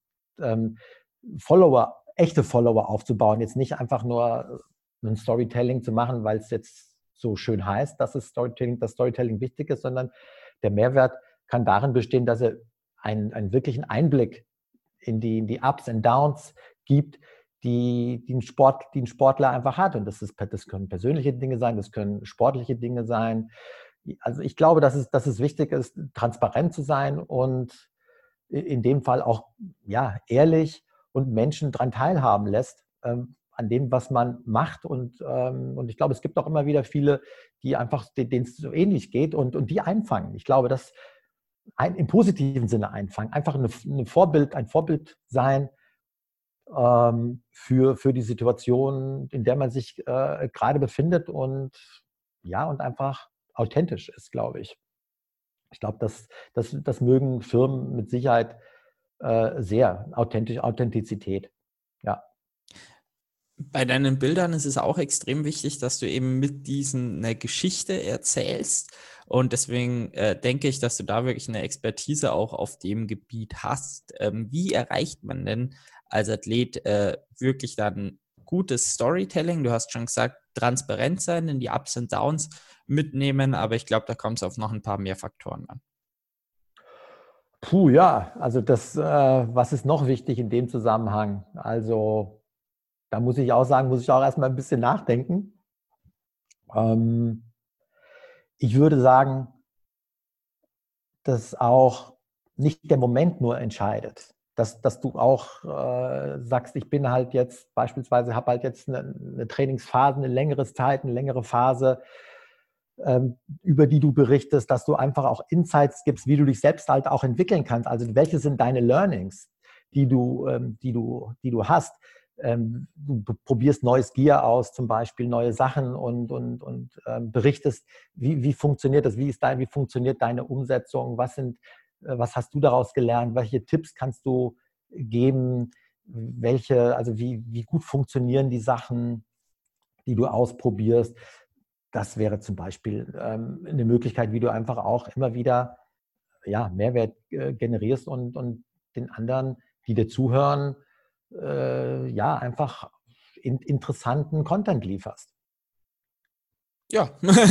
echte Follower aufzubauen, jetzt nicht einfach nur ein Storytelling zu machen, weil es jetzt so schön heißt, dass das Storytelling wichtig ist, sondern der Mehrwert kann darin bestehen, dass er einen wirklichen Einblick in die Ups und Downs gibt, die ein Sportler einfach hat. Und das können persönliche Dinge sein, das können sportliche Dinge sein. Also ich glaube, dass es wichtig ist, transparent zu sein und in dem Fall auch ehrlich und Menschen daran teilhaben lässt, an dem, was man macht. Und ich glaube, es gibt auch immer wieder viele, die einfach, denen es so ähnlich geht und die einfangen. Ich glaube, dass im positiven Sinne einfangen, einfach ein Vorbild sein für die Situation, in der man sich gerade befindet und ja, und einfach authentisch ist, glaube ich. Ich glaube, das mögen Firmen mit Sicherheit sehr, Authentizität. Ja. Bei deinen Bildern ist es auch extrem wichtig, dass du eben mit diesen eine Geschichte erzählst. Und deswegen denke ich, dass du da wirklich eine Expertise auch auf dem Gebiet hast. Wie erreicht man denn als Athlet wirklich dann gutes Storytelling? Du hast schon gesagt, transparent sein, in die Ups und Downs mitnehmen, aber ich glaube, da kommt es auf noch ein paar mehr Faktoren an. Puh, ja, also was ist noch wichtig in dem Zusammenhang? Also da muss ich auch sagen, muss ich auch erstmal ein bisschen nachdenken. Ähm, Ich würde sagen, dass auch nicht der Moment nur entscheidet. Dass du auch sagst, ich bin halt jetzt beispielsweise, habe halt jetzt eine Trainingsphase, eine längere Zeit, eine längere Phase, über die du berichtest, dass du einfach auch Insights gibst, wie du dich selbst halt auch entwickeln kannst. Also welche sind deine Learnings, die du hast? Du probierst neues Gear aus, zum Beispiel neue Sachen und berichtest, wie funktioniert das, wie funktioniert deine Umsetzung, was hast du daraus gelernt, welche Tipps kannst du geben, also wie gut funktionieren die Sachen, die du ausprobierst. Das wäre zum Beispiel eine Möglichkeit, wie du einfach auch immer wieder ja, Mehrwert generierst und den anderen, die dir zuhören, ja, einfach interessanten Content lieferst. Ja.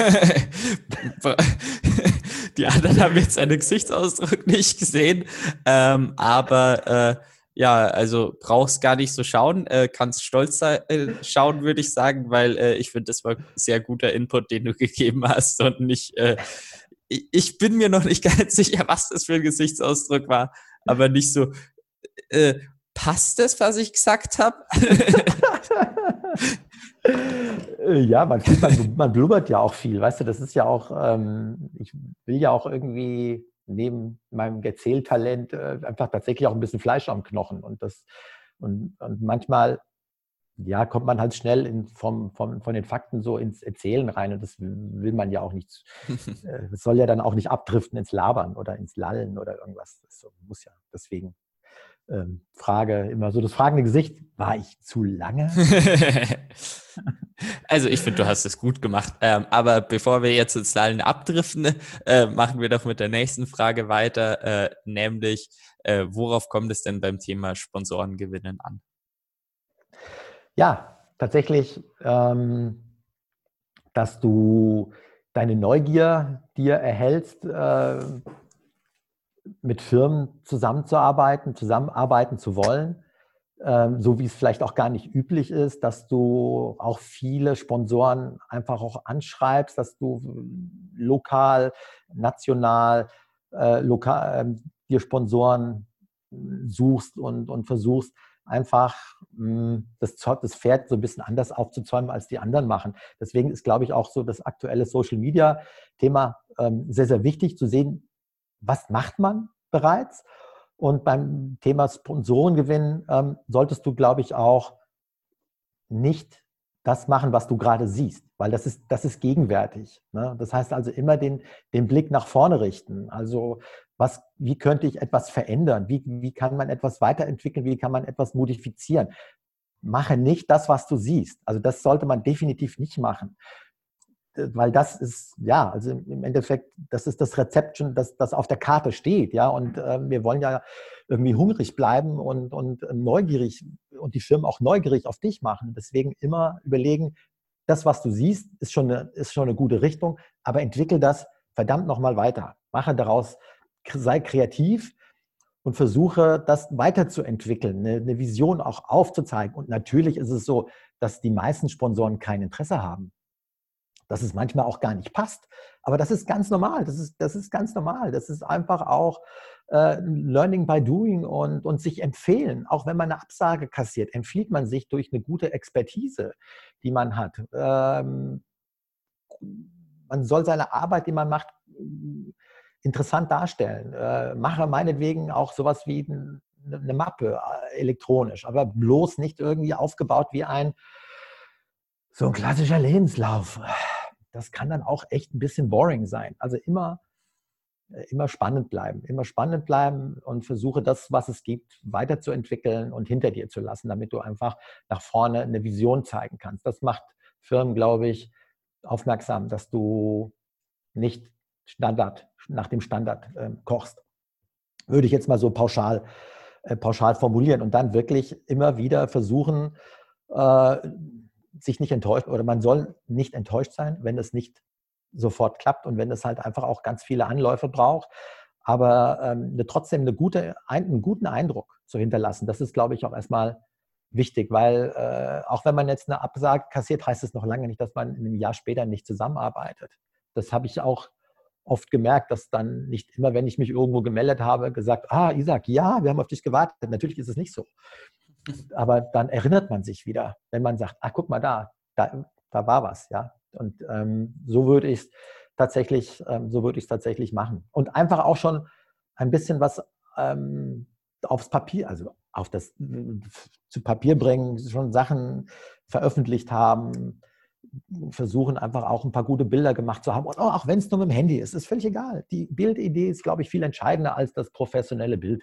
Die anderen haben jetzt seinen Gesichtsausdruck nicht gesehen, aber ja, also brauchst gar nicht so schauen, kannst stolz schauen, würde ich sagen, weil ich finde, das war sehr guter Input, den du gegeben hast und nicht, ich bin mir noch nicht ganz sicher, was das für ein Gesichtsausdruck war, aber nicht so, passt das, was ich gesagt habe? Ja, man blubbert ja auch viel, weißt du, das ist ja auch, ich will ja auch irgendwie neben meinem Erzähltalent einfach tatsächlich auch ein bisschen Fleisch am Knochen und manchmal, ja, kommt man halt schnell von den Fakten so ins Erzählen rein und das will man ja auch nicht, es soll ja dann auch nicht abdriften ins Labern oder ins Lallen oder irgendwas, muss ja, deswegen Frage, immer so das fragende Gesicht, war ich zu lange? Also ich finde, du hast es gut gemacht. Aber bevor wir jetzt ins Lallen abdriften, machen wir doch mit der nächsten Frage weiter, nämlich, worauf kommt es denn beim Thema Sponsorengewinnen an? Ja, tatsächlich, dass du deine Neugier dir erhältst, mit Firmen zusammenarbeiten zu wollen, so wie es vielleicht auch gar nicht üblich ist, dass du auch viele Sponsoren einfach auch anschreibst, dass du lokal, national, dir Sponsoren suchst und versuchst einfach das Pferd so ein bisschen anders aufzuzäumen, als die anderen machen. Deswegen ist, glaube ich, auch so das aktuelle Social-Media-Thema sehr, sehr wichtig zu sehen, was macht man bereits. Und beim Thema Sponsorengewinn solltest du, glaube ich, auch nicht das machen, was du gerade siehst, weil das ist gegenwärtig. Ne? Das heißt also immer den Blick nach vorne richten. Also wie könnte ich etwas verändern? Wie kann man etwas weiterentwickeln? Wie kann man etwas modifizieren? Mache nicht das, was du siehst. Also das sollte man definitiv nicht machen. Weil das ist, ja, also im Endeffekt, das ist das Rezept schon, das auf der Karte steht, ja, und wir wollen ja irgendwie hungrig bleiben und neugierig und die Firmen auch neugierig auf dich machen. Deswegen immer überlegen, das, was du siehst, ist schon eine gute Richtung, aber entwickel das verdammt nochmal weiter. Mache daraus, sei kreativ und versuche, das weiterzuentwickeln, eine Vision auch aufzuzeigen. Und natürlich ist es so, dass die meisten Sponsoren kein Interesse haben, dass es manchmal auch gar nicht passt. Aber das ist ganz normal. Das ist ganz normal. Das ist einfach auch Learning by Doing und sich empfehlen. Auch wenn man eine Absage kassiert, empfiehlt man sich durch eine gute Expertise, die man hat. Man soll seine Arbeit, die man macht, interessant darstellen. Mache meinetwegen auch sowas wie eine Mappe elektronisch, aber bloß nicht irgendwie aufgebaut wie so ein klassischer Lebenslauf. Das kann dann auch echt ein bisschen boring sein. Also immer spannend bleiben und versuche das, was es gibt, weiterzuentwickeln und hinter dir zu lassen, damit du einfach nach vorne eine Vision zeigen kannst. Das macht Firmen, glaube ich, aufmerksam, dass du nicht nach dem Standard kochst. Würde ich jetzt mal so pauschal formulieren und dann wirklich immer wieder versuchen, sich nicht enttäuscht, oder man soll nicht enttäuscht sein, wenn es nicht sofort klappt und wenn es halt einfach auch ganz viele Anläufe braucht, aber trotzdem einen guten Eindruck zu hinterlassen. Das ist, glaube ich, auch erstmal wichtig, weil auch wenn man jetzt eine Absage kassiert, heißt es noch lange nicht, dass man in einem Jahr später nicht zusammenarbeitet. Das habe ich auch oft gemerkt, dass dann nicht immer, wenn ich mich irgendwo gemeldet habe, gesagt, Isaac, ja, wir haben auf dich gewartet. Natürlich ist es nicht so. Aber dann erinnert man sich wieder, wenn man sagt, guck mal da war was, ja. Und so würde ich es tatsächlich machen. Und einfach auch schon ein bisschen was aufs Papier, also zu Papier bringen, schon Sachen veröffentlicht haben, versuchen einfach auch ein paar gute Bilder gemacht zu haben. Und auch wenn es nur mit dem Handy ist völlig egal. Die Bildidee ist, glaube ich, viel entscheidender als das professionelle Bild.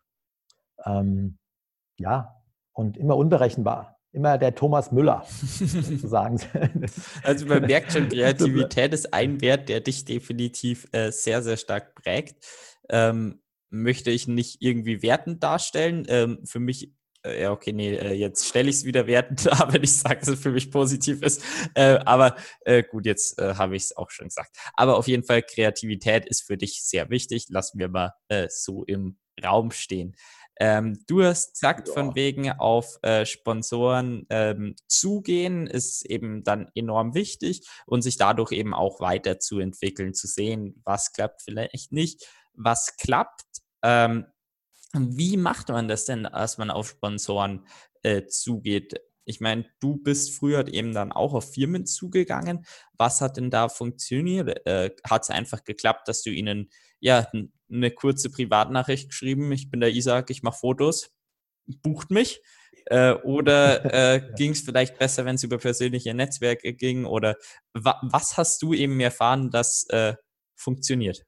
Ja, und immer unberechenbar. Immer der Thomas Müller, sozusagen. Also man merkt schon, Kreativität ist ein Wert, der dich definitiv sehr, sehr stark prägt. Möchte ich nicht irgendwie wertend darstellen. Für mich, jetzt stelle ich es wieder wertend dar, wenn ich sage, dass es für mich positiv ist. Aber gut, jetzt habe ich es auch schon gesagt. Aber auf jeden Fall, Kreativität ist für dich sehr wichtig. Lassen wir mal so im Raum stehen. Du hast gesagt, von wegen auf Sponsoren zugehen, ist eben dann enorm wichtig und sich dadurch eben auch weiterzuentwickeln, zu sehen, was klappt vielleicht nicht, was klappt. Wie macht man das denn, dass man auf Sponsoren zugeht? Ich meine, du bist früher eben dann auch auf Firmen zugegangen. Was hat denn da funktioniert? Hat es einfach geklappt, dass du ihnen eine kurze Privatnachricht geschrieben, ich bin der Isaac, ich mache Fotos, bucht mich? Oder ging es vielleicht besser, wenn es über persönliche Netzwerke ging? Oder was hast du eben erfahren, dass funktioniert?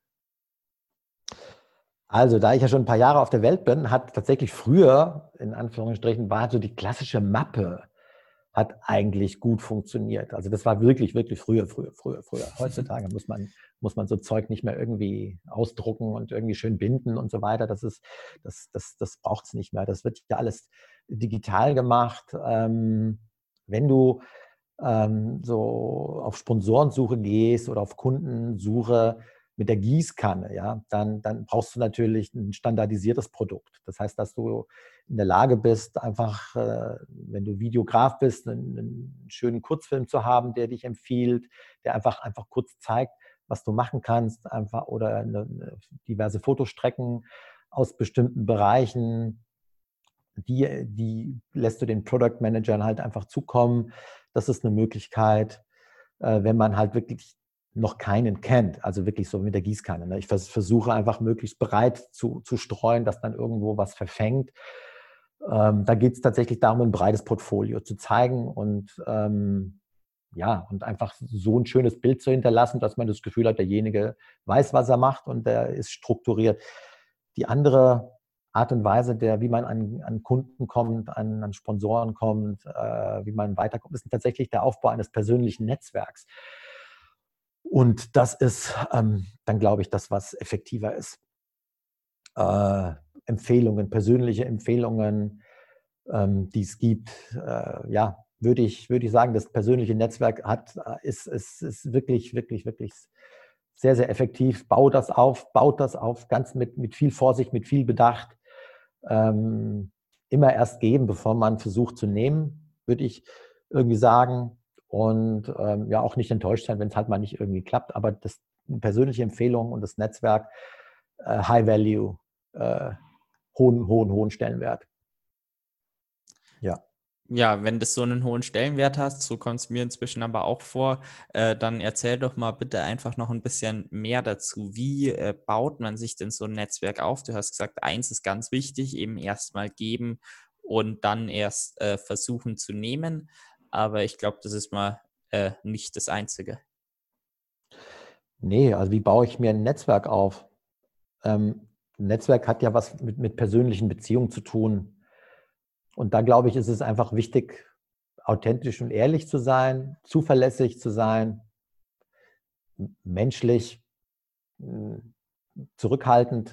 Also, da ich ja schon ein paar Jahre auf der Welt bin, hat tatsächlich früher, in Anführungsstrichen, war so die klassische Mappe, hat eigentlich gut funktioniert. Also das war wirklich, wirklich früher. Heutzutage muss man so Zeug nicht mehr irgendwie ausdrucken und irgendwie schön binden und so weiter. Das braucht es nicht mehr. Das wird ja alles digital gemacht. Wenn du so auf Sponsorensuche gehst oder auf Kundensuche mit der Gießkanne, ja, dann brauchst du natürlich ein standardisiertes Produkt. Das heißt, dass du in der Lage bist, einfach, wenn du Videograf bist, einen schönen Kurzfilm zu haben, der dich empfiehlt, der einfach kurz zeigt, was du machen kannst, einfach, oder diverse Fotostrecken aus bestimmten Bereichen, die lässt du den Product Managern halt einfach zukommen. Das ist eine Möglichkeit, wenn man halt wirklich noch keinen kennt, also wirklich so mit der Gießkanne. Ne? Ich versuche einfach möglichst breit zu streuen, dass dann irgendwo was verfängt. Da geht es tatsächlich darum, ein breites Portfolio zu zeigen und und einfach so ein schönes Bild zu hinterlassen, dass man das Gefühl hat, derjenige weiß, was er macht und der ist strukturiert. Die andere Art und Weise, wie man an Kunden kommt, an Sponsoren kommt, wie man weiterkommt, ist tatsächlich der Aufbau eines persönlichen Netzwerks. Und das ist dann, glaube ich, das, was effektiver ist. Empfehlungen, persönliche Empfehlungen, die es gibt, würde ich sagen, das persönliche Netzwerk ist wirklich, wirklich, wirklich sehr, sehr effektiv. Baut das auf, ganz mit viel Vorsicht, mit viel Bedacht. Immer erst geben, bevor man versucht zu nehmen, würde ich irgendwie sagen. Und auch nicht enttäuscht sein, wenn es halt mal nicht irgendwie klappt. Aber das persönliche Empfehlung und das Netzwerk, High Value, hohen Stellenwert. Ja. ja, wenn das so einen hohen Stellenwert hast, so kommt es mir inzwischen aber auch vor, dann erzähl doch mal bitte einfach noch ein bisschen mehr dazu. Wie, baut man sich denn so ein Netzwerk auf? Du hast gesagt, eins ist ganz wichtig, eben erst mal geben und dann erst, versuchen zu nehmen. Aber ich glaube, das ist mal, nicht das Einzige. Nee, also wie baue ich mir ein Netzwerk auf? Ein Netzwerk hat ja was mit persönlichen Beziehungen zu tun. Und da glaube ich, ist es einfach wichtig, authentisch und ehrlich zu sein, zuverlässig zu sein, menschlich, zurückhaltend,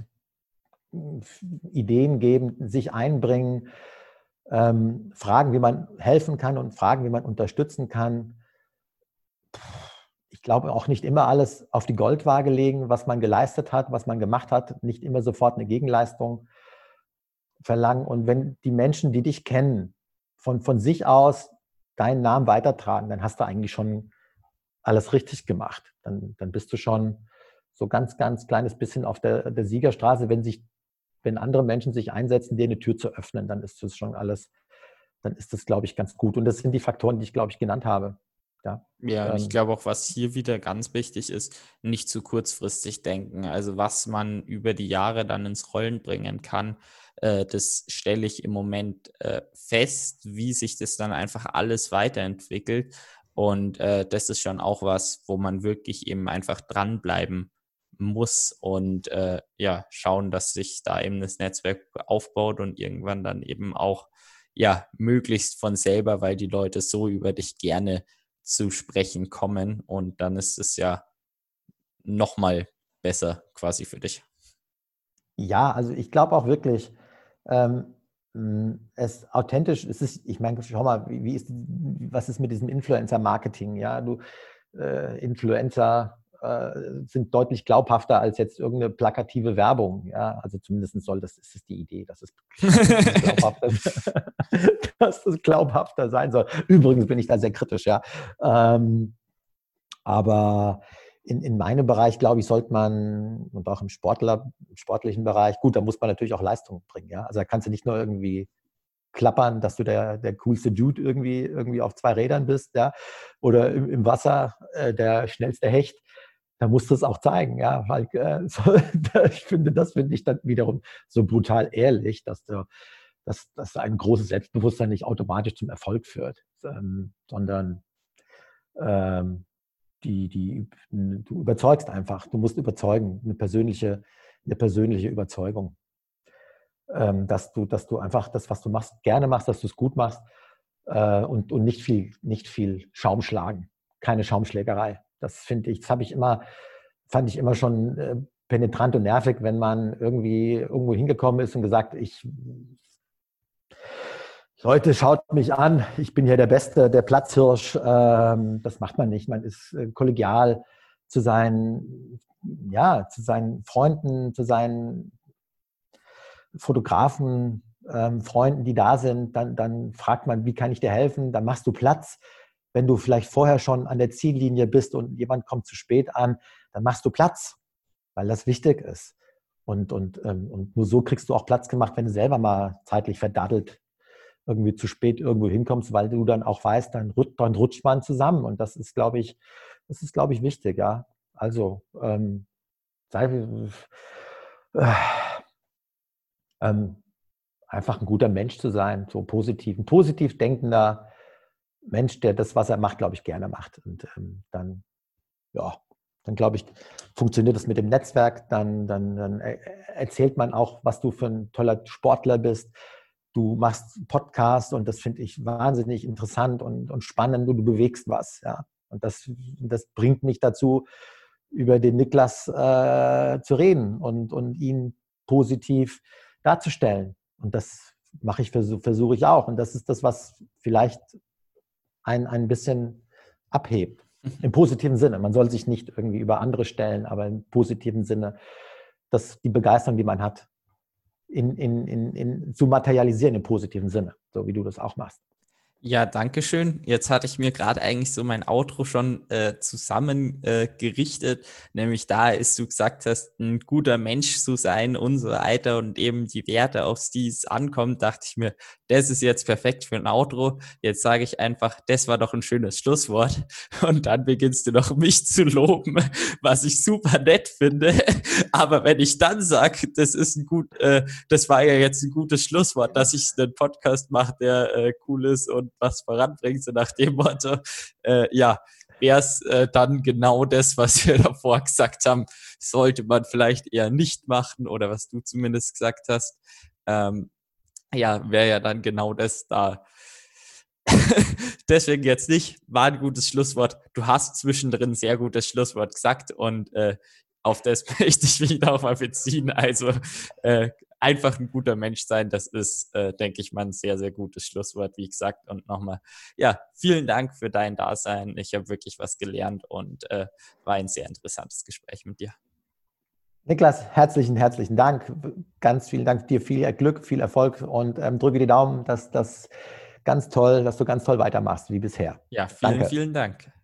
Ideen geben, sich einbringen, fragen, wie man helfen kann und fragen, wie man unterstützen kann. Ich glaube auch nicht immer alles auf die Goldwaage legen, was man geleistet hat, was man gemacht hat, nicht immer sofort eine Gegenleistung verlangen. Und wenn die Menschen, die dich kennen, von sich aus deinen Namen weitertragen, dann hast du eigentlich schon alles richtig gemacht. Dann bist du schon so ganz, ganz kleines bisschen auf der Siegerstraße, wenn andere Menschen sich einsetzen, dir eine Tür zu öffnen, dann ist das schon alles, dann ist das, glaube ich, ganz gut. Und das sind die Faktoren, die ich, glaube ich, genannt habe. Ja, Ja, und ich glaube auch, was hier wieder ganz wichtig ist, nicht zu kurzfristig denken. Also was man über die Jahre dann ins Rollen bringen kann, das stelle ich im Moment fest, wie sich das dann einfach alles weiterentwickelt. Und das ist schon auch was, wo man wirklich eben einfach dranbleiben muss und ja, schauen, dass sich da eben das Netzwerk aufbaut und irgendwann dann eben auch ja möglichst von selber, weil die Leute so über dich gerne zu sprechen kommen und dann ist es ja noch mal besser quasi für dich. ja, also ich glaube auch wirklich, ähm, es authentisch, es ist, ich meine, schau mal, was ist mit diesem Influencer-Marketing? Ja, Influencer sind deutlich glaubhafter als jetzt irgendeine plakative Werbung. Ja, also zumindest ist es die Idee, dass es glaubhafter, dass es glaubhafter sein soll. Übrigens bin ich da sehr kritisch, ja. Aber in meinem Bereich, glaube ich, sollte man, und auch im sportlichen Bereich, gut, da muss man natürlich auch Leistung bringen. Ja? Also da kannst du nicht nur irgendwie klappern, dass du der coolste Dude irgendwie auf zwei Rädern bist, ja, oder im Wasser der schnellste Hecht. Da musst du es auch zeigen, ja, weil das finde ich dann wiederum so brutal ehrlich, dass ein großes Selbstbewusstsein nicht automatisch zum Erfolg führt, sondern ähm, du überzeugst einfach, du musst überzeugen, eine persönliche Überzeugung, dass du einfach das, was du machst, gerne machst, dass du es gut machst und nicht viel Schaum schlagen, keine Schaumschlägerei. Das finde ich, fand ich immer schon penetrant und nervig, wenn man irgendwie irgendwo hingekommen ist und gesagt, Leute, schaut mich an, ich bin hier der Beste, der Platzhirsch. Das macht man nicht. Man ist kollegial zu ja, zu seinen Freunden, zu seinen Fotografen, Freunden, die da sind. Dann fragt man, wie kann ich dir helfen? Dann machst du Platz. Wenn du vielleicht vorher schon an der Ziellinie bist und jemand kommt zu spät an, dann machst du Platz, weil das wichtig ist. Und nur so kriegst du auch Platz gemacht, wenn du selber mal zeitlich verdattelt irgendwie zu spät irgendwo hinkommst, weil du dann auch weißt, dann rutscht man zusammen. Und das ist, glaube ich, wichtig, ja. Also sei, ähm, einfach ein guter Mensch zu sein, so ein positiv denkender Mensch, der das, was er macht, glaube ich, gerne macht. Und ja, dann glaube ich, funktioniert das mit dem Netzwerk. Dann erzählt man auch, was du für ein toller Sportler bist. Du machst Podcast und das finde ich wahnsinnig interessant und spannend und du bewegst was. Ja. Und das bringt mich dazu, über den Niklas zu reden und ihn positiv darzustellen. Und das versuche ich auch. Und das ist das, was vielleicht ein bisschen abhebt. Im positiven Sinne. Man soll sich nicht irgendwie über andere stellen, aber im positiven Sinne, dass die Begeisterung, die man hat, zu materialisieren im positiven Sinne, so wie du das auch machst. Ja, danke schön. Jetzt hatte ich mir gerade eigentlich so mein Outro schon zusammen gerichtet, nämlich da ist, du gesagt hast, ein guter Mensch zu sein und so weiter und eben die Werte, auf die es ankommt, dachte ich mir, das ist jetzt perfekt für ein Outro. Jetzt sage ich einfach, das war doch ein schönes Schlusswort. Und dann beginnst du noch mich zu loben, was ich super nett finde. Aber wenn ich dann sage, das war ja jetzt ein gutes Schlusswort, dass ich einen Podcast mache, der cool ist und was voranbringt, so nach dem Motto, ja, wäre es dann genau das, was wir davor gesagt haben, sollte man vielleicht eher nicht machen oder was du zumindest gesagt hast. Ja, wäre ja dann genau das da. Deswegen jetzt nicht, war ein gutes Schlusswort. Du hast zwischendrin ein sehr gutes Schlusswort gesagt und auf das möchte ich mich nochmal beziehen. Also einfach ein guter Mensch sein, das ist, denke ich mal, ein sehr, sehr gutes Schlusswort, wie gesagt. Und nochmal, ja, vielen Dank für dein Dasein. Ich habe wirklich was gelernt und war ein sehr interessantes Gespräch mit dir. Niklas, herzlichen Dank. Ganz vielen Dank dir, viel Glück, viel Erfolg und drücke die Daumen, dass du ganz toll weitermachst wie bisher. Ja, vielen, Danke. vielen Dank.